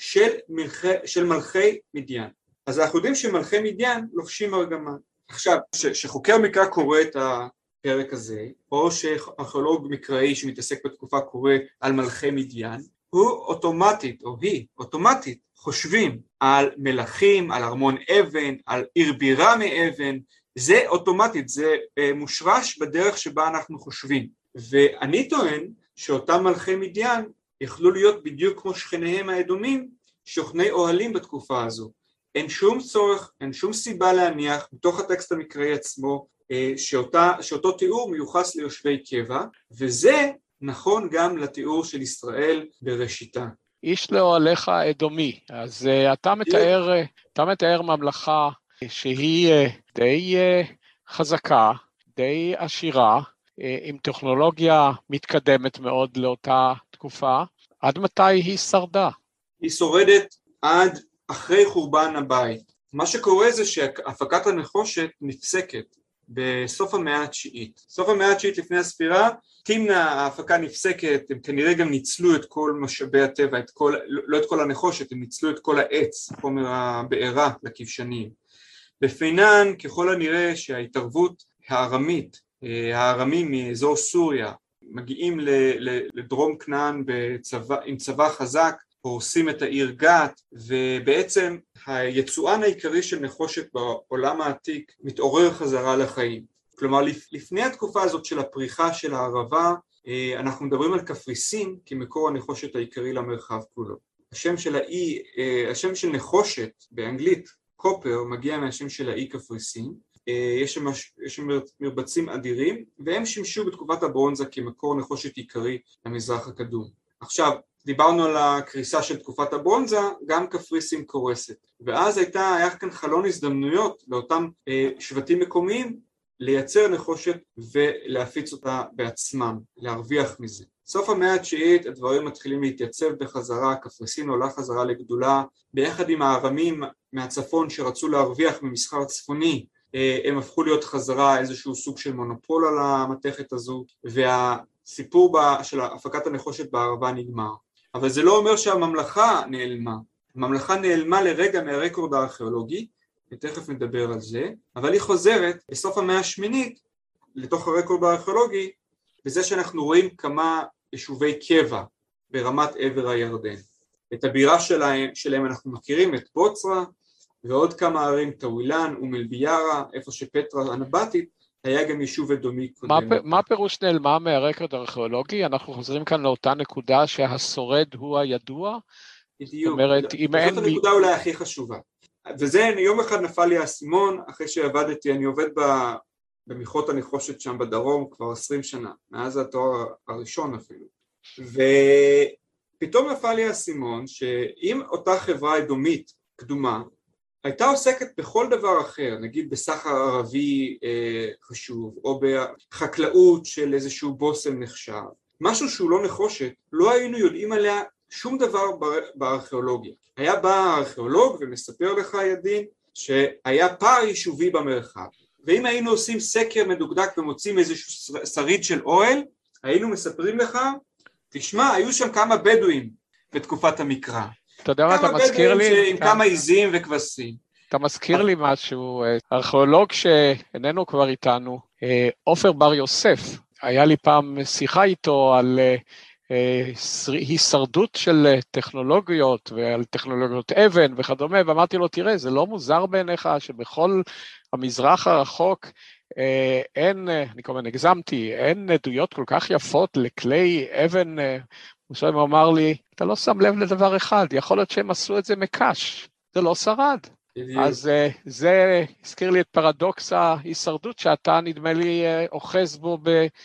של מלכי מדיין. אז אנחנו יודעים שמלכי מדיין לובשים ארגמן. עכשיו, שחוקר מקרא קורא את הפרק הזה, או שארכיאולוג מקראי שמתעסק בתקופה קורא על מלכי מדיין, הוא אוטומטית, או היא אוטומטית, חושבים על מלכים, על ארמון אבן, על עיר בירה מאבן, זה אוטומטית, זה מושרש בדרך שבה אנחנו חושבים. ואני טוען שאותם מלכי מדיין יכלו להיות בדיוק כמו שכניהם האדומים, שוכני אוהלים בתקופה הזו. אין שום צורך, אין שום סיבה להניח בתוך הטקסט המקראי עצמו שאותו תיאור מיוחס ליושבי קבע, וזה נכון גם לתיאור של ישראל בראשיתה. איש לאוהליך אדומי, אז אתה מתאר ממלכה שהיא די חזקה, די עשירה, עם טכנולוגיה מתקדמת מאוד לאותה תקופה. עד מתי היא שרדה? היא שורדת עד אחרי חורבן הבית. מה שקורה זה שהפקת הנחושת נפסקת בסוף המאה התשיעית. סוף המאה התשיעית לפני הספירה, תמנע ההפקה נפסקת, הם כנראה גם ניצלו את כל משאבי הטבע, לא את כל הנחושת, הם ניצלו את כל העץ, חומר הבעירה לכבשנים. בפינן ככל הנראה שההתערבות הארמים מאזור סוריה מגיעים לדרום כנען עם צבא חזק, הורסים את העיר גת, ובעצם היצואן העיקרי של נחושת בעולם העתיק מתעורר חזרה לחיים. כלומר לפני התקופה הזאת של הפריחה של הערבה, אנחנו מדברים על קפריסין כמקור הנחושת העיקרי למרחב כולו. השם של נחושת באנגלית קופר מגיע מהשם של האי קפריסין, יש שם מרבצים אדירים, והם שימשו בתקופת הברונזה כמקור נחושת עיקרי למזרח הקדום. עכשיו, דיברנו על הקריסה של תקופת הברונזה, גם קפריסין קורסת, ואז היה כאן חלון הזדמנויות לאותם שבטים מקומיים לייצר נחושת ולהפיץ אותה בעצמם, להרוויח מזה. סוף המאה התשיעית הדברים מתחילים להתייצב בחזרה, קפריסין עולה חזרה לגדולה, ביחד עם הארמים מהצפון שרצו להרוויח ממסחר צפוני, הם הפכו להיות חזרה איזשהו סוג של מונופול על המתכת הזו, והסיפור של הפקת הנחושת בערבה נגמר. אבל זה לא אומר שהממלכה נעלמה. הממלכה נעלמה לרגע מהרקורד הארכיאולוגי, ותכף נדבר על זה, אבל היא חוזרת בסוף המאה השמינית לתוך הרקורד הארכיאולוגי, בזה שאנחנו רואים כמה יישובי קבע ברמת עבר הירדן. את הבירה שלהם אנחנו מכירים, את בוצרה, ועוד כמה ערים, טאווילן ומלביארה, איפה שפטרה הנבטית, היה גם יישוב אדומי קודם. מה פירוש נעלמה מהרקורד הארכיאולוגי? אנחנו חוזרים כאן לאותה נקודה שהשורד הוא הידוע? בדיוק, זאת הנקודה אולי הכי חשובה. וזה, יום אחד נפל לי האסימון, אחרי שעבדתי, אני עובד במכרות הנחושת שם בדרום כבר 20 שנה, מאז התואר הראשון אפילו. ופתאום נפל לי האסימון, שאם אותה חברה אדומית קדומה, הייתה עוסקת בכל דבר אחר, נגיד בסחר ערבי חשוב, או בחקלאות של איזשהו בוסם נחשב, משהו שהוא לא נחושת, לא היינו יודעים עליה שום דבר בארכיאולוגיה. היה בא הארכיאולוג ומספר לך ידין שהיה פער יישובי במרחב, ואם היינו עושים סקר מדוקדק ומוצאים איזשהו שריד של אוהל, היינו מספרים לך, תשמע, היו שם כמה בדואים בתקופת המקרא. אתה יודע מה, אתה מזכיר לי? עם כמה עיזים וכבשים. אתה מזכיר לי משהו, ארכיאולוג שאיננו כבר איתנו, עופר בר יוסף, היה לי פעם שיחה איתו על הישרדות של טכנולוגיות ועל טכנולוגיות אבן וכדומה, ואמרתי לו, תראה, זה לא מוזר בעיניך שבכל המזרח הרחוק אין, אני כל הזמן הגזמתי, אין עדויות כל כך יפות לכלי אבן, הוא אמר לי, אתה לא שם לב לדבר אחד, יכול להיות שהם עשו את זה מקש, זה לא שרד. אז זה הזכיר לי את פרדוקס ההישרדות שאתה נדמה לי אוחז בו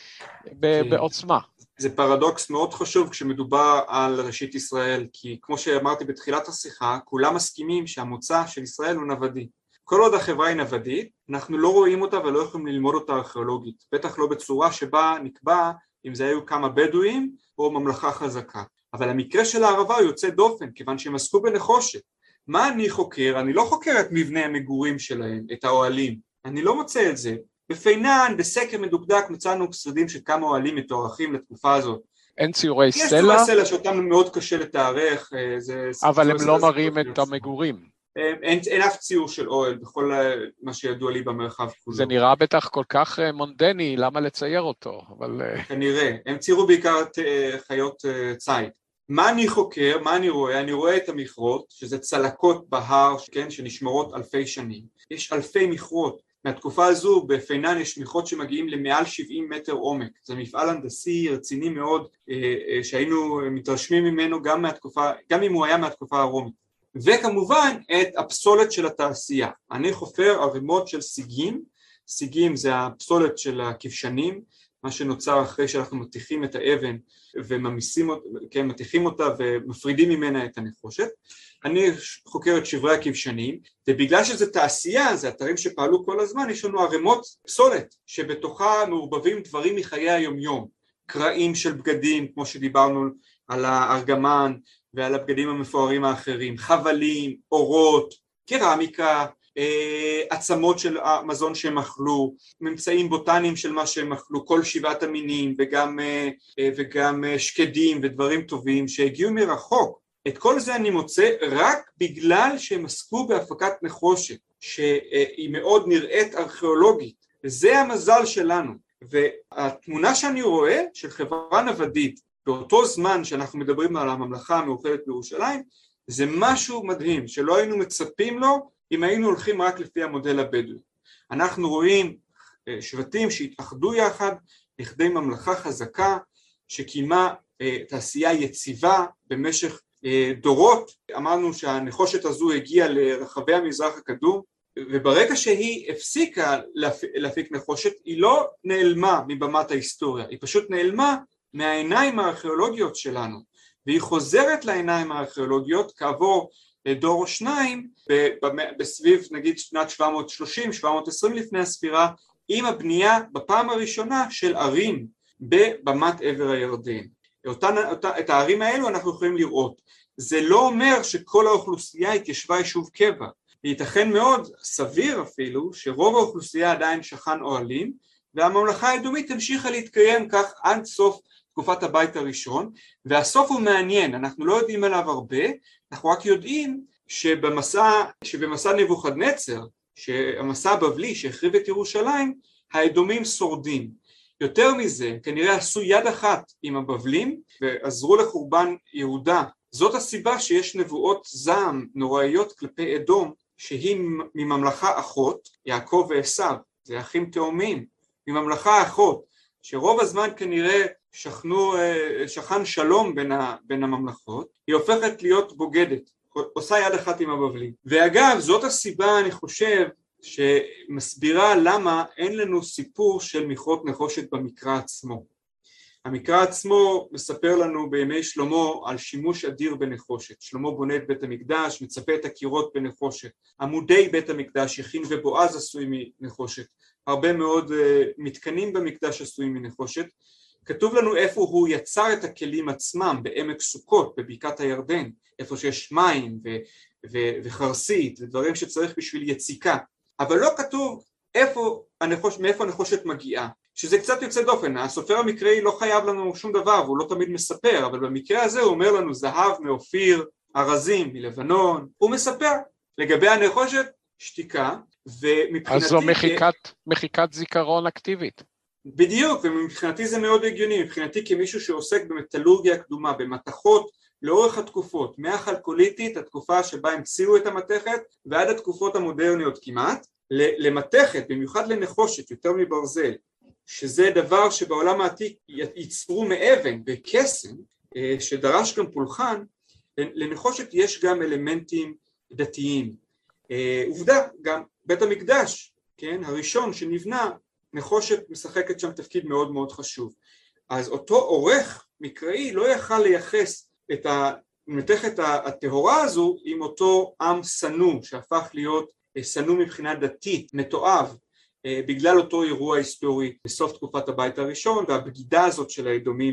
בעוצמה. זה פרדוקס מאוד חשוב כשמדובר על ראשית ישראל, כי כמו שאמרתי בתחילת השיחה, כולם מסכימים שהמוצא של ישראל הוא נוודי. כל עוד החברה היא נוודית, אנחנו לא רואים אותה ולא יכולים ללמוד אותה ארכיאולוגית, בטח לא בצורה שבה נקבע אם זה היו כמה בדואים או ממלכה חזקה. אבל המקרה של הערבה הוא יוצא דופן, כיוון שהם עסקו בנחושת. מה אני חוקר? אני לא חוקר את מבנה המגורים שלהם, את האוהלים. אני לא מוצא את זה. בפיינן, בסקר מדוקדק, מצאנו שרידים של כמה אוהלים מתוארכים לתקופה הזאת. אין ציורי סלע? יש ציורי סלע שאותם מאוד קשה לתארך. אבל הם לא מראים את המגורים. אין אף ציור של אוהל בכל מה שידוע לי במרחב כולו. זה נראה בטח כל כך מונדני, למה לצייר אותו? כנראה, הם ציירו בעיקר חיות ציד. מה אני חוקר, מה אני רואה? אני רואה את המכרות, שזה צלקות בהר, כן, שנשמרות אלפי שנים. יש אלפי מכרות. מהתקופה הזו בפיינן יש מכרות שמגיעים למעל 70 מטר עומק. זה מפעל הנדסי רציני מאוד, שהיינו מתרשמים ממנו גם אם הוא היה מהתקופה הרומית. וכמובן את הפסולת של התעשייה. אני חופר ערימות של סיגים, סיגים זה הפסולת של הכבשנים, מה שנוצר אחרי שאנחנו מתיחים את האבן וממיסים, כן, מתיחים אותה ומפרידים ממנה את הנחושת. אני חוקר את שברי הכבשנים, ובגלל שזה תעשייה, זה אתרים שפעלו כל הזמן, יש לנו ערימות פסולת שבתוכה מעורבבים דברים מחיי היומיום, קרעים של בגדים, כמו שדיברנו על הארגמן ועל הבגדים המפוארים האחרים, חבלים, אורות, קרמיקה, עצמות של המזון שהם אכלו, ממצאים בוטניים של מה שהם אכלו, כל שבעת המינים וגם שקדים ודברים טובים שהגיעו מרחוק. את כל זה אני מוצא רק בגלל שהם עסקו בהפקת נחושת, שהיא מאוד נראית ארכיאולוגית, וזה המזל שלנו. והתמונה שאני רואה של חברה נוודית באותו זמן שאנחנו מדברים על הממלכה המאוחדת בירושלים, זה משהו מדהים שלא היינו מצפים לו אם היינו הולכים רק לפי המודל הבדואי. אנחנו רואים שבטים שהתאחדו יחד לכדי ממלכה חזקה שקיימה תעשייה יציבה במשך דורות. אמרנו שהנחושת הזו הגיעה לרחבי המזרח הקדום, וברגע שהיא הפסיקה להפיק נחושת היא לא נעלמה מבמת ההיסטוריה, היא פשוט נעלמה מהעיניים הארכיאולוגיות שלנו, והיא חוזרת לעיניים הארכיאולוגיות כעבור דור או שניים בסביב נגיד שנת 730-720 לפני הספירה, עם הבנייה בפעם הראשונה של ערים בבמת עבר הירדן. את הערים האלו אנחנו יכולים לראות. זה לא אומר שכל האוכלוסייה התיישבה יישוב קבע, ייתכן מאוד, סביר אפילו, שרוב האוכלוסייה עדיין שכן אוהלים, והממלכה האדומית המשיכה להתקיים כך עד סוף תקופת הבית הראשון, והסוף הוא מעניין, אנחנו לא יודעים עליו הרבה, אנחנו רק יודעים שבמסע נבוכדנצר, שהמסע הבבלי שהחריב את ירושלים, האדומים שורדים. יותר מזה, כנראה עשו יד אחת עם הבבלים, ועזרו לחורבן יהודה. זאת הסיבה שיש נבואות זעם נוראיות כלפי אדום, שהיא מממלכה אחות, יעקב ועשיו, זה אחים תאומים, מממלכה אחות, שרוב הזמן כנראה שכן שלום בין הממלכות, היא הופכת להיות בוגדת, עושה יד אחת עם הבבלים. ואגב, זאת הסיבה אני חושב שמסבירה למה אין לנו סיפור של מכרות נחושת במקרא עצמו. המקרא עצמו מספר לנו בימי שלמה על שימוש אדיר בנחושת. שלמה בונה את בית המקדש, מצפה את הקירות בנחושת, עמודי בית המקדש, יכין ובועז עשוי מנחושת, הרבה מאוד מתקנים במקדש עשויים מנחושת. כתוב לנו איפה הוא יצר את הכלים עצמם, בעמק סוכות, בבקעת הירדן, איפה שיש מים וחרסית ודברים שצריך בשביל יציקה, אבל לא כתוב מאיפה הנחושת מגיעה, שזה קצת יוצא דופן. הסופר המקראי לא חייב לנו שום דבר, והוא לא תמיד מספר, אבל במקרה הזה הוא אומר לנו זהב מאופיר, ארזים מלבנון, הוא מספר. לגבי הנחושת, שתיקה, ומבחינתי... אז זו מחיקת זיכרון אקטיבית. בדיוק, ומבחינתי זה מאוד הגיוני, מבחינתי כמישהו שעוסק במטלורגיה הקדומה, במתכות לאורך התקופות, מהחלקוליתית, התקופה שבה המציאו את המתכת, ועד התקופות המודרניות כמעט, למתכת, במיוחד לנחושת, יותר מברזל, שזה דבר שבעולם העתיק ייצרו מאבן בקסם, שדרש גם פולחן, לנחושת יש גם אלמנטים דתיים. עובדה, גם בית המקדש, כן, הראשון שנבנה, נחושת משחקת שם תפקיד מאוד מאוד חשוב. אז אותו עורך מקראי לא יכל לייחס את המתכת הטהורה הזו עם אותו עם סנום, שהפך להיות סנום מבחינה דתית, מתועב, בגלל אותו אירוע היסטורי בסוף תקופת הבית הראשון, והבגידה הזאת של האדומים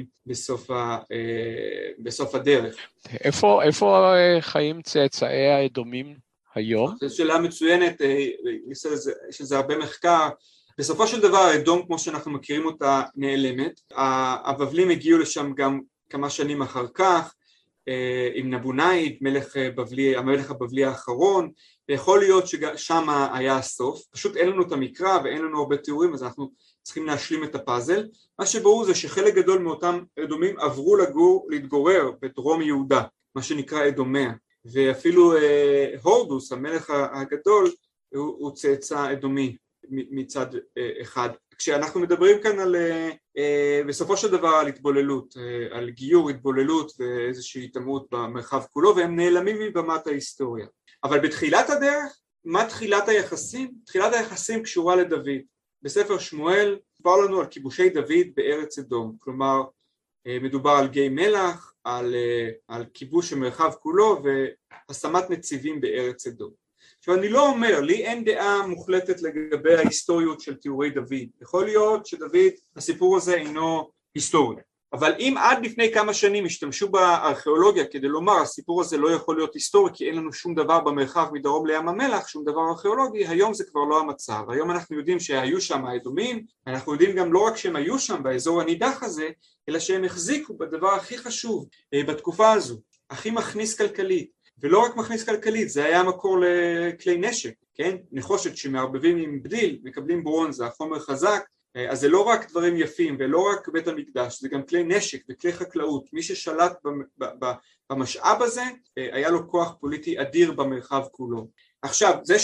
בסוף הדרך. איפה חיים צאצאי האדומים היום? זו שאלה מצוינת, יש לזה הרבה מחקר. בסופו של דבר האדום כמו שאנחנו מכירים אותה נעלמת, הבבלים הגיעו לשם גם כמה שנים אחר כך, עם נבונייד, המלך הבבלי האחרון, ויכול להיות ששם היה הסוף, פשוט אין לנו את המקרא ואין לנו הרבה תיאורים, אז אנחנו צריכים להשלים את הפאזל. מה שברור זה שחלק גדול מאותם אדומים עברו להתגורר בדרום יהודה, מה שנקרא אדומיה, ואפילו הורדוס, המלך הגדול, הוא צאצא אדומי מצד אחד. כשאנחנו מדברים כאן בסופו של דבר על התבוללות, על גיור, התבוללות ואיזושהי התאמרות במרחב כולו, והם נעלמים מבמת ההיסטוריה. אבל בתחילת הדרך, מה תחילת היחסים? תחילת היחסים קשורה לדוד. בספר שמואל מדובר לנו על כיבושי דוד בארץ אדום, כלומר מדובר על גיא מלח, על כיבוש המרחב כולו והשמת נציבים בארץ אדום. עכשיו אני לא אומר, לי אין דעה מוחלטת לגבי ההיסטוריות של תיאורי דוד, יכול להיות שדוד, הסיפור הזה אינו היסטורי, אבל אם עד לפני כמה שנים השתמשו בארכיאולוגיה כדי לומר הסיפור הזה לא יכול להיות היסטורי כי אין לנו שום דבר במרחב מדרום לים המלח, שום דבר ארכיאולוגי, היום זה כבר לא המצב. היום אנחנו יודעים שהיו שם האדומים, אנחנו יודעים גם לא רק שהם היו שם באזור הנידח הזה, אלא שהם החזיקו בדבר הכי חשוב בתקופה הזו, הכי מכניס כלכלית, ולא רק מכניס כלכלית, זה היה מקור לכלי נשק, כן? נחושת שמערבבים עם בדיל, מקבלים ברונזה, החומר חזק, אז זה לא רק דברים יפים ולא רק בית המקדש, זה גם כלי נשק וכלי חקלאות. מי ששלט במשאב הזה, היה לו כוח פוליטי אדיר במרחב כולו. עכשיו, זה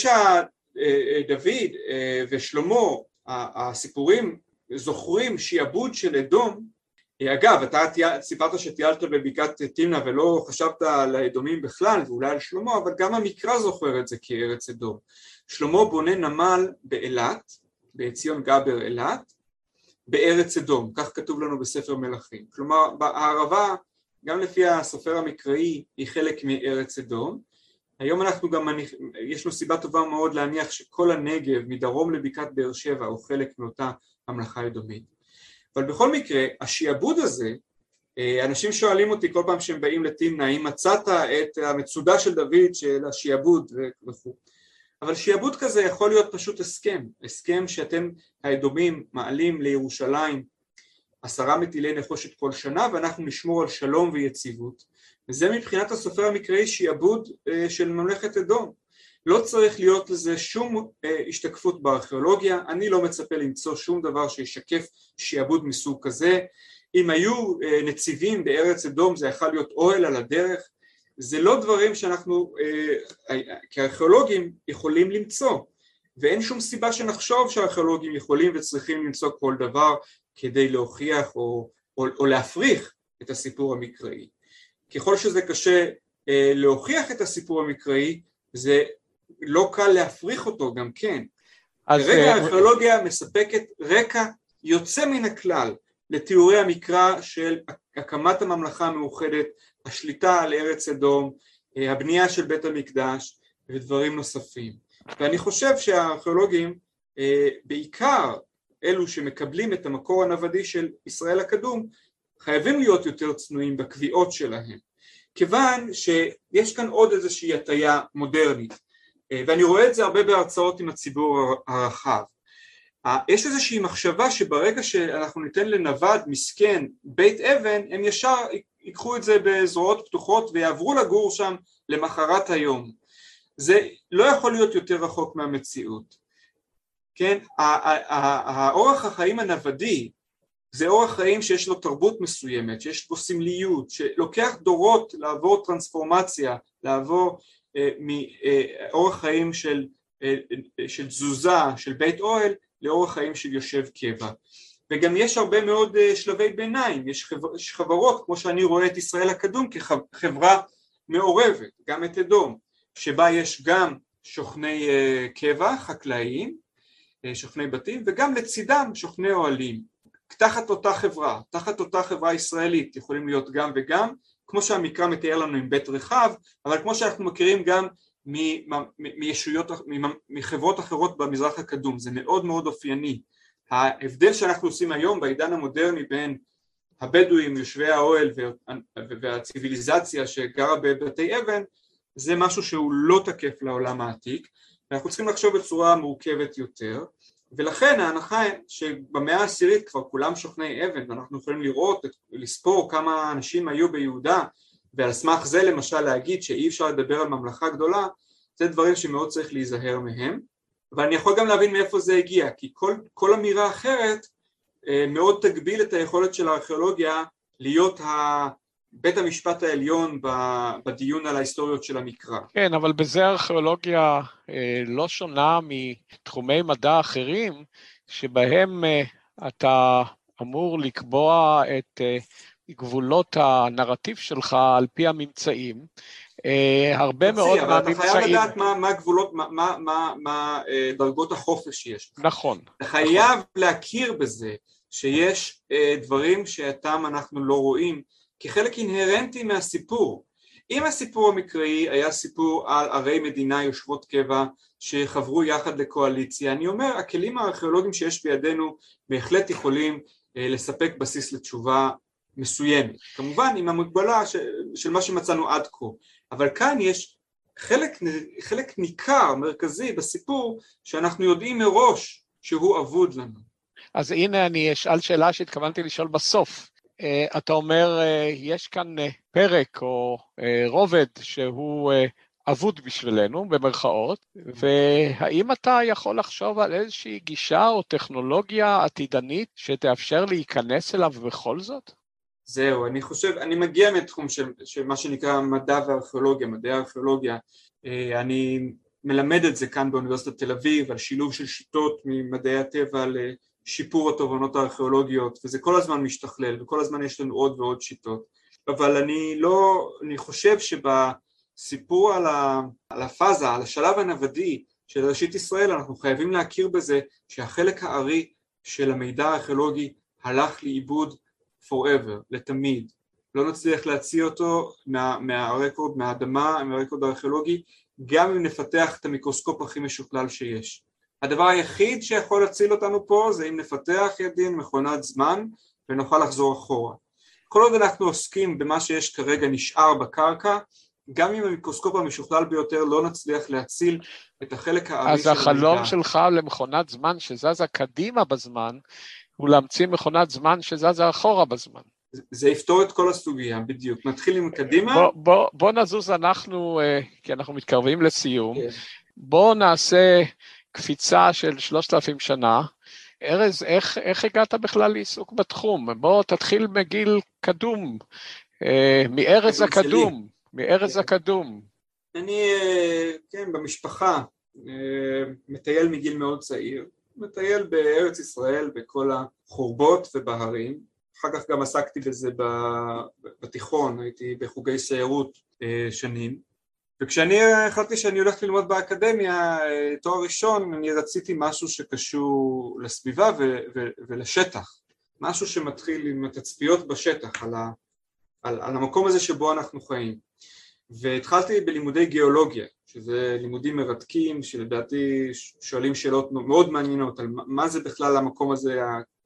שדוד ושלמה, הסיפורים זוכרים שיעבוד של אדום, אגב, אתה סיפרת שטיילת בבקעת תמנע ולא חשבת על האדומים בכלל ואולי על שלמה, אבל גם המקרא זוכר את זה כארץ אדום. שלמה בונה נמל באילת, בעציון גבר אילת, בארץ אדום, כך כתוב לנו בספר מלכים. כלומר, הערבה, גם לפי הסופר המקראי, היא חלק מארץ אדום. היום אנחנו גם, יש לנו סיבה טובה מאוד להניח שכל הנגב, מדרום לבקעת באר שבע, הוא חלק מאותה המלאכה אדומית. אבל בכל מקרה, השיעבוד הזה, אנשים שואלים אותי כל פעם שהם באים לתמנע, האם מצאת את המצודה של דוד של השיעבוד וכו'. אבל שיעבוד כזה יכול להיות פשוט הסכם שאתם האדומים מעלים לירושלים 10 מטילי נחושת כל שנה, ואנחנו נשמור על שלום ויציבות. וזה מבחינת הסופר המקראי שיעבוד של ממלכת אדום. לא צריך להיות לזה שום השתקפות בארכיאולוגיה, אני לא מצפה למצוא שום דבר שישקף שיעבוד מסוג כזה. אם היו נציבים בארץ אדום זה יכול להיות אוהל על הדרך, זה לא דברים שאנחנו כארכיאולוגים יכולים למצוא, ואין שום סיבה שנחשוב שהארכיאולוגים יכולים וצריכים למצוא כל דבר כדי להוכיח או להפריך את הסיפור המקראי. ככל שזה קשה להוכיח את הסיפור המקראי, זה לא קל להפריך אותו גם כן. כרגע הארכיאולוגיה מספקת רקע יוצא מן הכלל לתיאורי המקרא של הקמת הממלכה המאוחדת, השליטה על ארץ אדום, הבנייה של בית המקדש ודברים נוספים. ואני חושב שהארכיאולוגים, בעיקר אלו שמקבלים את המקור הנוודי של ישראל הקדום, חייבים להיות יותר צנועים בקביעות שלהם, כיוון שיש כאן עוד איזושהי הטיה מודרנית, ואני רואה את זה הרבה בהרצאות עם הציבור הרחב. יש איזושהי מחשבה שברגע שאנחנו ניתן לנווד מסכן בית אבן, הם ישר ייקחו את זה בזרועות פתוחות ויעברו לגור שם למחרת היום. זה לא יכול להיות יותר רחוק מהמציאות. כן, האורח החיים הנוודי, זה אורח חיים שיש לו תרבות מסוימת, שיש בו סמליות, שלוקח דורות לעבור טרנספורמציה, לעבור מאורח חיים של תזוזה, של בית אוהל, לאורח חיים של יושב קבע. וגם יש הרבה מאוד שלבי ביניים, יש חברות, כמו שאני רואה את ישראל הקדום כחברה מעורבת, גם את אדום, שבה יש גם שוכני קבע, חקלאיים, שוכני בתים, וגם לצידם שוכני אוהלים. תחת אותה חברה ישראלית, יכולים להיות גם וגם, כמו שהמקרא מתאר לנו עם בית רחב, אבל כמו שאנחנו מכירים גם מחברות אחרות במזרח הקדום, זה מאוד מאוד אופייני. ההבדל שאנחנו עושים היום בעידן המודרני בין הבדואים, יושבי האוהל והציביליזציה שגרה בבתי אבן, זה משהו שהוא לא תקף לעולם העתיק, ואנחנו צריכים לחשוב בצורה מורכבת יותר, ולכן ההנחה שבמאה העשירית כבר כולם שוכני אבן, ואנחנו יכולים לראות, לספור כמה אנשים היו ביהודה, ועל סמך זה למשל להגיד שאי אפשר לדבר על ממלכה גדולה, זה דברים שמאוד צריך להיזהר מהם, ואני יכול גם להבין מאיפה זה הגיע, כי כל אמירה אחרת מאוד תגביל את היכולת של הארכיאולוגיה להיות בית המשפט העליון בדיון על ההיסטוריות של המקרא. כן, אבל בזה הארכיאולוגיה לא שונה מתחומי מדע אחרים, שבהם אתה אמור לקבוע את גבולות הנרטיב שלך על פי הממצאים. הרבה מאוד מהממצאים... אבל אתה חייב לדעת מה הגבולות, מה דרגות החופש שיש. נכון. אתה חייב להכיר בזה שיש דברים שאתם אנחנו לא רואים, כחלק אינהרנטי מהסיפור. אם הסיפור המקראי היה סיפור על ערי מדינה יושבות קבע שחברו יחד לקואליציה, אני אומר, הכלים הארכיאולוגיים שיש בידינו בהחלט יכולים לספק בסיס לתשובה מסוימת. כמובן עם המגבלה של מה שמצאנו עד כה. אבל כאן יש חלק ניכר, מרכזי בסיפור, שאנחנו יודעים מראש שהוא אבוד לנו. אז הנה אני אשאל שאלה שהתכוונתי לשאול בסוף. אתה אומר, יש כאן פרק או רובד שהוא אבוד בשבילנו, במרכאות, והאם אתה יכול לחשוב על איזושהי גישה או טכנולוגיה עתידנית שתאפשר להיכנס אליו בכל זאת? זהו, אני מגיע מתחום של מה שנקרא מדע וארכיאולוגיה, מדעי הארכיאולוגיה, אני מלמד את זה כאן באוניברסיטת תל אביב, על שילוב של שיטות ממדעי הטבע לשיפור התובנות הארכיאולוגיות, וזה כל הזמן משתכלל, וכל הזמן יש לנו עוד ועוד שיטות, אבל אני חושב שבסיפור על הפאזה, על השלב הנוודי של ראשית ישראל, אנחנו חייבים להכיר בזה שהחלק הארי של המידע הארכיאולוגי הלך לאיבוד forever, לתמיד. לא נצליח להציע אותו מהרקורד, מהאדמה, מהרקורד הארכיאולוגי, גם אם נפתח את המיקרוסקופ הכי משוכלל שיש. הדבר היחיד שיכול להציל אותנו פה זה אם נפתח ידין מכונת זמן ונוכל לחזור אחורה. כל עוד אנחנו עוסקים במה שיש כרגע נשאר בקרקע, גם אם המיקרוסקופ המשוכלל ביותר לא נצליח להציל את החלק הארי של המידע. אז החלום שלך למכונת זמן שזזה קדימה בזמן, הוא להמציא מכונת זמן שזזה אחורה בזמן. זה יפתור את כל הסוגיה, בדיוק. נתחיל עם קדימה. בוא נזוז אנחנו, כי אנחנו מתקרבים לסיום. בוא נעשה קפיצה של 3,000 שנה. ארז, איך הגעת בכלל לעיסוק בתחום? בוא תתחיל מגיל קדום, מארז הקדום, מארז הקדום. אני, כן, במשפחה, מטייל מגיל מאוד צעיר. מטייל בארץ ישראל בכל החורבות ובהרים, אחר כך גם עסקתי בזה בתיכון, הייתי בחוגי סיירות שנים, וכשאני החלטתי שאני הולך ללמוד באקדמיה תואר ראשון, אני רציתי משהו שקשור לסביבה ולשטח, משהו שמתחיל עם התצפיות בשטח, על המקום הזה שבו אנחנו חיים, והתחלתי בלימודי גיאולוגיה, שזה לימודים מרתקים, שלדעתי שואלים שאלות מאוד מעניינות, על מה זה בכלל המקום הזה,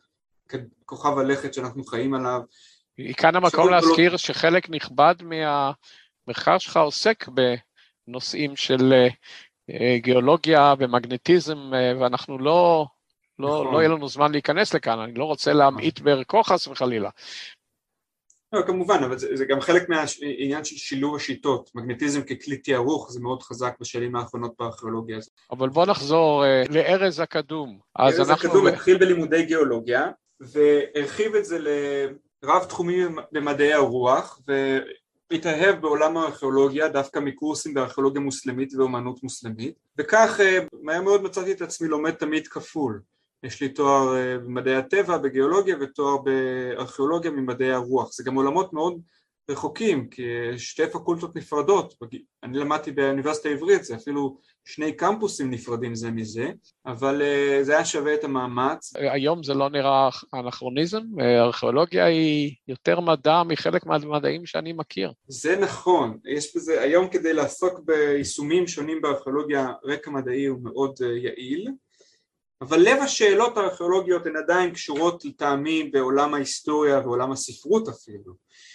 כוכב הלכת שאנחנו חיים עליו. כאן המקום להזכיר שחלק נכבד מהמחקר שלך עוסק בנושאים של גיאולוגיה ומגנטיזם, ואנחנו לא יהיה לנו זמן להיכנס לכאן, אני לא רוצה להמעיט בערכו חס וחלילה. לא, כמובן, אבל זה גם חלק מהעניין של שילוב השיטות. מגנטיזם ככלי תיארוך זה מאוד חזק בשנים האחרונות בארכיאולוגיה הזאת. אבל בוא נחזור לארז הקדום. ארז הקדום התחיל בלימודי גיאולוגיה, והרחיב את זה לרב תחומים במדעי הרוח, והתאהב בעולם הארכיאולוגיה, דווקא מקורסים בארכיאולוגיה מוסלמית ואומנות מוסלמית, וכך מהר מאוד מצאתי את עצמי לומד תמיד כפול. יש לי תואר במדעי הטבע, בגיאולוגיה, ותואר בארכיאולוגיה ממדעי הרוח. זה גם עולמות מאוד רחוקים, כי שתי פקולטות נפרדות. אני למדתי באוניברסיטה העברית, זה אפילו שני קמפוסים נפרדים זה מזה, אבל זה היה שווה את המאמץ. היום זה לא נראה אנכרוניזם? הארכיאולוגיה היא יותר מדע מחלק מהמדעים שאני מכיר. זה נכון. יש בזה, היום כדי לעסוק ביישומים שונים בארכיאולוגיה, רקע מדעי הוא מאוד יעיל, אבל לב השאלות הארכיאולוגיות הן עדיין קשורות לטעמי בעולם ההיסטוריה ועולם הספרות אפילו.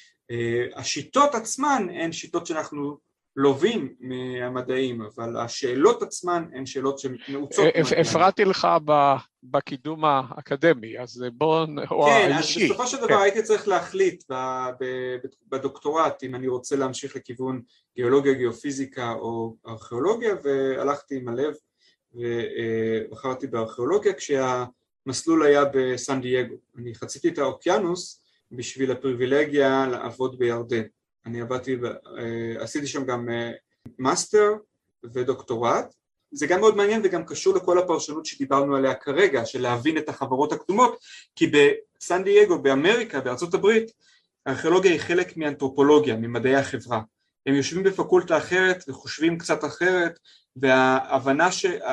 השיטות עצמן הן שיטות שאנחנו לובים מהמדעים, אבל השאלות עצמן הן שאלות שמאוצות. הפרעתי לך בקידום האקדמי, אז בוא... כן, אז בסופו של דבר הייתי צריך להחליט בדוקטורט אם אני רוצה להמשיך לכיוון גיאולוגיה, גיאופיזיקה או ארכיאולוגיה, והלכתי עם הלב ובחרתי בארכיאולוגיה כשהמסלול היה בסן דייגו. אני חציתי את האוקיינוס בשביל הפריבילגיה לעבוד בירדן. אני עשיתי שם גם מאסטר ודוקטורט. זה גם מאוד מעניין וגם קשור לכל הפרשנות שדיברנו עליה כרגע, של להבין את החברות הקדומות, כי בסן דייגו, באמריקה, בארצות הברית, הארכיאולוגיה היא חלק מאנתרופולוגיה, ממדעי החברה. הם יושבים בפקולטה אחרת וחושבים קצת אחרת, וההבנה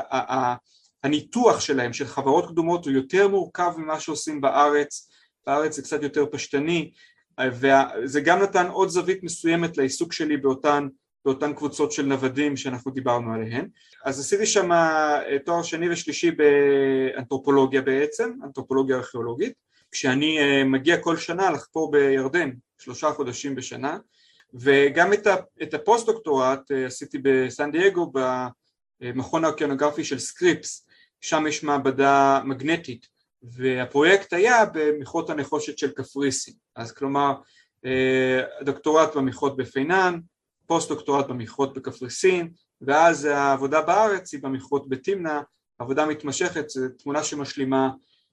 שהניתוח שלהם של חברות קדומות הוא יותר מורכב ממה שעושים בארץ. בארץ זה קצת יותר פשטני, וזה גם נתן עוד זווית מסוימת לעיסוק שלי באותן קבוצות של נוודים שאנחנו דיברנו עליהן. אז עשיתי שם תואר שני ושלישי באנתרופולוגיה בעצם, אנתרופולוגיה ארכיאולוגית, כשאני מגיע כל שנה לחפור בירדן, 3 חודשים בשנה, וגם את הפוסט-דוקטורט עשיתי בסן דייגו במכון האוקיינוגרפי של סקריפס, שם יש מעבדה מגנטית, והפרויקט היה במכרות הנחושת של קפריסין. אז כלומר, דוקטורט במכרות בפינן, פוסט-דוקטורט במכרות בקפריסין, ואז העבודה בארץ היא במכרות בתמנע, עבודה מתמשכת, זו תמונה שמשלימה,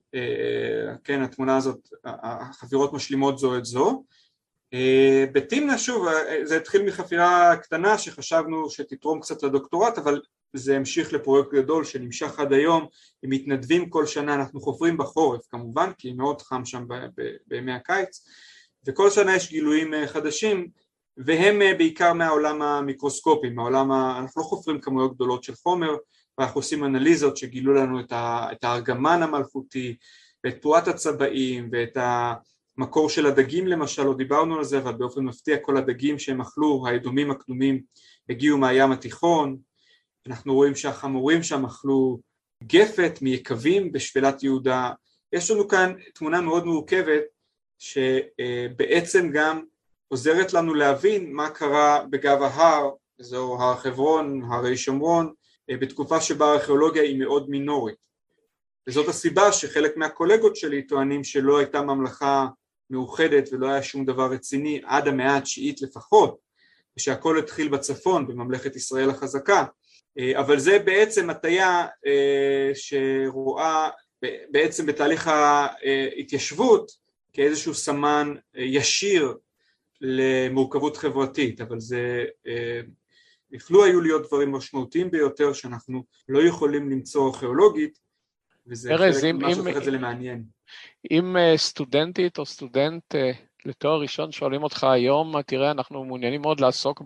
כן, התמונה הזאת, החפירות משלימות זו את זו. בתמנע שוב, זה התחיל מחפירה קטנה שחשבנו שתתרום קצת לדוקטורט, אבל זה המשיך לפרויקט גדול שנמשך עד היום, עם מתנדבים כל שנה, אנחנו חופרים בחורף כמובן, כי מאוד חם שם בימי הקיץ, וכל שנה יש גילויים חדשים, והם בעיקר מהעולם המיקרוסקופי, אנחנו לא חופרים כמויות גדולות של חומר, ואנחנו עושים אנליזות שגילו לנו את הארגמן המלכותי, ואת תורת הצבעים, ואת המקור של הדגים למשל, לא דיברנו על זה, אבל באופן מפתיע כל הדגים שהם אכלו, האדומים הקדומים, הגיעו מהים התיכון, אנחנו רואים שהחמורים שם אכלו גפת מיקבים בשפלת יהודה. יש לנו כאן תמונה מאוד מורכבת שבעצם גם עוזרת לנו להבין מה קרה בגב ההר, זו הר חברון, הרי שומרון, בתקופה שבה הארכיאולוגיה היא מאוד מינורית. וזאת הסיבה שחלק מהקולגות שלי טוענים שלא הייתה ממלכה מאוחדת ולא היה שום דבר רציני עד המאה התשיעית לפחות, ושהכל התחיל בצפון בממלכת ישראל החזקה. אבל זה בעצם הטיה שרואה בעצם בתהליך ההתיישבות כאיזשהו סמן ישיר למורכבות חברתית, אבל זה יכלו היו להיות דברים משמעותיים ביותר שאנחנו לא יכולים למצוא ארכיאולוגית, וזה חלק ממה שהופך את זה למעניין. אם סטודנטית או סטודנט לתואר ראשון שואלים אותך היום, תראה, אנחנו מעוניינים מאוד לעסוק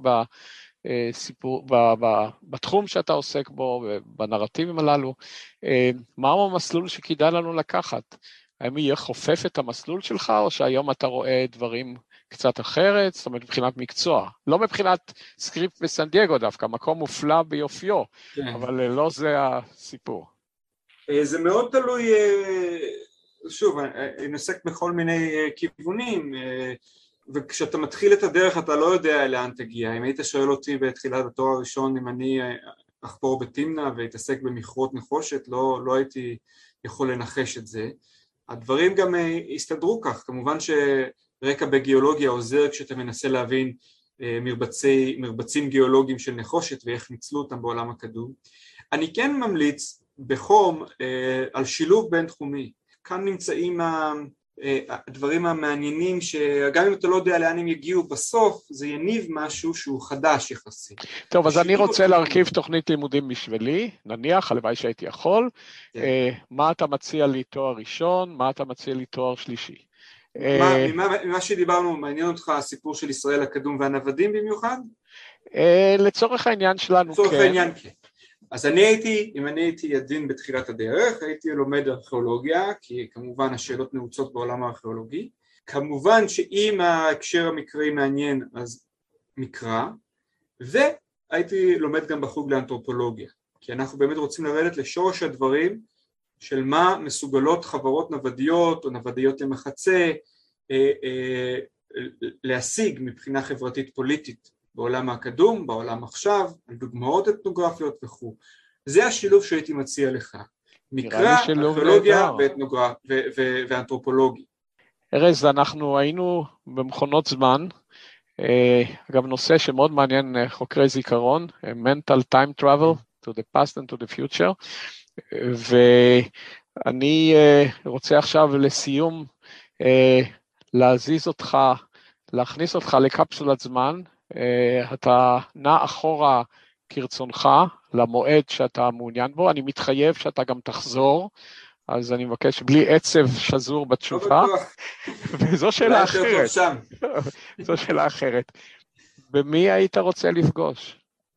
בתחום שאתה עוסק בו, בנרטיבים הללו, מהו המסלול שכדאי לנו לקחת? האם יהיה חופף את המסלול שלך, או שהיום אתה רואה דברים קצת אחרת, זאת אומרת מבחינת מקצוע, לא מבחינת סקריפט בסן דייגו דווקא, מקום מופלא ביופיו, כן. אבל לא זה הסיפור. זה מאוד תלוי, שוב, אני עוסק בכל מיני כיוונים, וכשאתה מתחיל את הדרך אתה לא יודע לאן תגיע. אם היית שואל אותי בתחילת התואר הראשון אם אני אחפור בתמנע והתעסק במכרות נחושת, לא הייתי יכול לנחש את זה. הדברים גם הסתדרו כך, כמובן רקע בגיאולוגיה עוזר כשאתה מנסה להבין מרבצים גיאולוגיים של נחושת ואיך ניצלו אותם בעולם הקדום. אני כן ממליץ בחום על שילוב בין תחומי. כאן נמצאים הדברים המעניינים שגם אם אתה לא יודע לאן הם יגיעו בסוף, זה יניב משהו שהוא חדש יחסית. טוב, אז אני רוצה להרכיב תוכנית לימודים בשבילי, נניח, הלוואי שהייתי יכול. מה אתה מציע לי תואר ראשון, מה אתה מציע לי תואר שלישי? ממה שדיברנו, מעניין אותך הסיפור של ישראל הקדום והנוודים במיוחד? לצורך העניין שלנו, כן. לצורך העניין, כן. אז אם אני הייתי ידין בתחילת הדרך, הייתי לומד ארכיאולוגיה, כי כמובן השאלות נעוצות בעולם הארכיאולוגי. כמובן שאם ההקשר המקראי מעניין, אז מקרא, והייתי לומד גם בחוג לאנתרופולוגיה, כי אנחנו באמת רוצים לרדת לשורש הדברים של מה מסוגלות חברות נוודיות או נוודיות למחצה להשיג מבחינה חברתית פוליטית. בעולם הקדום, בעולם עכשיו, על דוגמאות אתנוגרפיות וכו'. זה השילוב שהייתי מציע לך. מקרא, ארכיאולוגיה ואנתרופולוגיה. ארז, אנחנו היינו במכונות זמן, אגב נושא שמאוד מעניין חוקרי זיכרון, mental time travel to the past and to the future, ואני רוצה עכשיו לסיום להכניס אותך לקפסולת זמן, אתה נע אחורה כרצונך למועד שאתה מעוניין בו, אני מתחייב שאתה גם תחזור, אז אני מבקש בלי עצב שזור בתשובה, וזו שאלה אחרת, זו שאלה אחרת. במי היית רוצה לפגוש?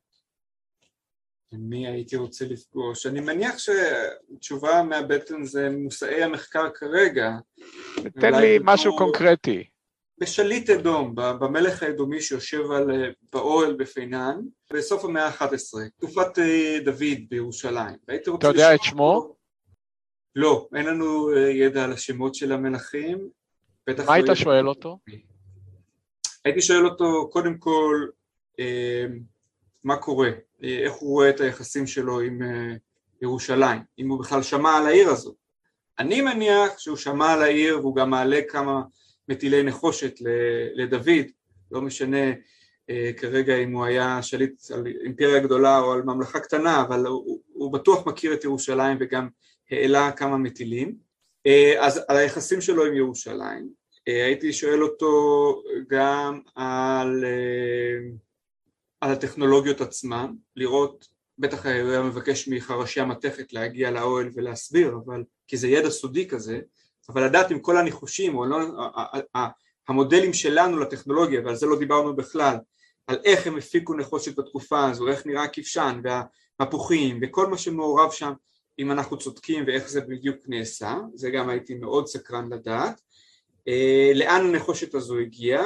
במי הייתי רוצה לפגוש? אני מניח שתשובה מהבטן זה מושאי המחקר כרגע. תן לי משהו קונקרטי. בשליט אדום, במלך האדומי שיושב באוהל בפינן, בסוף המאה ה-11, תקופת דוד בירושלים. אתה יודע את שמו? לא, אין לנו ידע על השמות של המלכים. מה היית שואל אותו? הייתי שואל אותו קודם כל, מה קורה? איך הוא רואה את היחסים שלו עם ירושלים? אם הוא בכלל שמע על העיר הזו. אני מניח שהוא שמע על העיר והוא גם מעלה כמה מטילי נחושת לדוד, לא משנה כרגע אם הוא היה שליט על אימפריה גדולה או על ממלכה קטנה, אבל הוא בטוח מכיר את ירושלים וגם העלה כמה מטילים. אז על היחסים שלו עם ירושלים, הייתי שואל אותו גם על הטכנולוגיות עצמן, לראות, בטח היה מבקש מחרשי מתכת להגיע לאוהל ולהסביר, כי זה ידע סודי כזה, אבל לדעת עם כל הניחושים, או המודלים שלנו לטכנולוגיה, ועל זה לא דיברנו בכלל, על איך הם הפיקו נחושת בתקופה הזו, איך נראה הכבשן והמפוחים, וכל מה שמעורב שם, אם אנחנו צודקים ואיך זה בדיוק נעשה, זה גם הייתי מאוד סקרן לדעת, לאן הנחושת הזו הגיעה,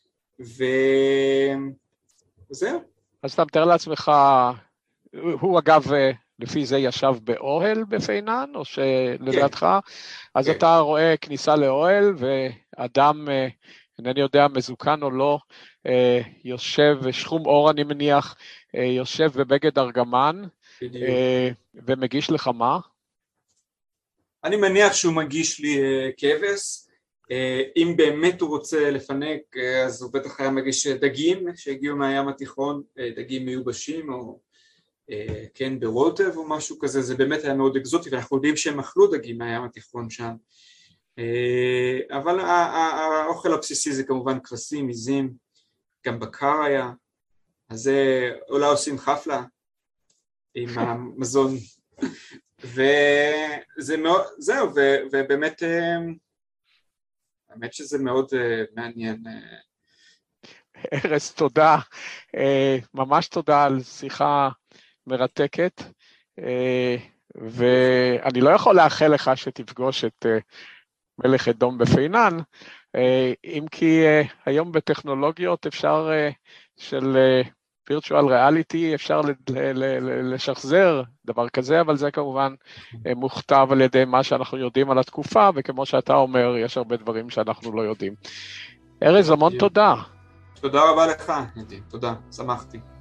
וזהו. אז אתה מתאר לעצמך, הוא אגב לפי זה ישב באוהל בפינן, או שלדעתך, אז אתה רואה כניסה לאוהל, ואדם, אינני יודע, מזוקן או לא, יושב, שחום אור אני מניח, יושב בבגד ארגמן, ומגיש לך מה? אני מניח שהוא מגיש לי כבש, אם באמת הוא רוצה לפנק, אז הוא בטח היה מגיש דגים שהגיעו מהים התיכון, דגים מיובשים או כן ברוטב או משהו כזה, זה באמת היה מאוד אקזוטי ואנחנו יודעים שהם אכלו דגים מהים התיכון שם, אבל האוכל הבסיסי זה כמובן קרסים, עיזים, גם בקר היה, אז אולי עושים חפלה עם המזון, וזה מאוד, זהו, ובאמת האמת שזה מאוד מעניין. ארז, תודה, ממש תודה על שיחה מרתקת, ואני לא יכול לאחל לך שתפגוש את מלך אדום בפינן, אם כי היום בטכנולוגיות אפשר של virtual reality, אפשר לשחזר דבר כזה, אבל זה כמובן מוכתב על ידי מה שאנחנו יודעים על התקופה, וכמו שאתה אומר, יש הרבה דברים שאנחנו לא יודעים. ארז, המון תודה. תודה רבה לך, תודה, שמחתי.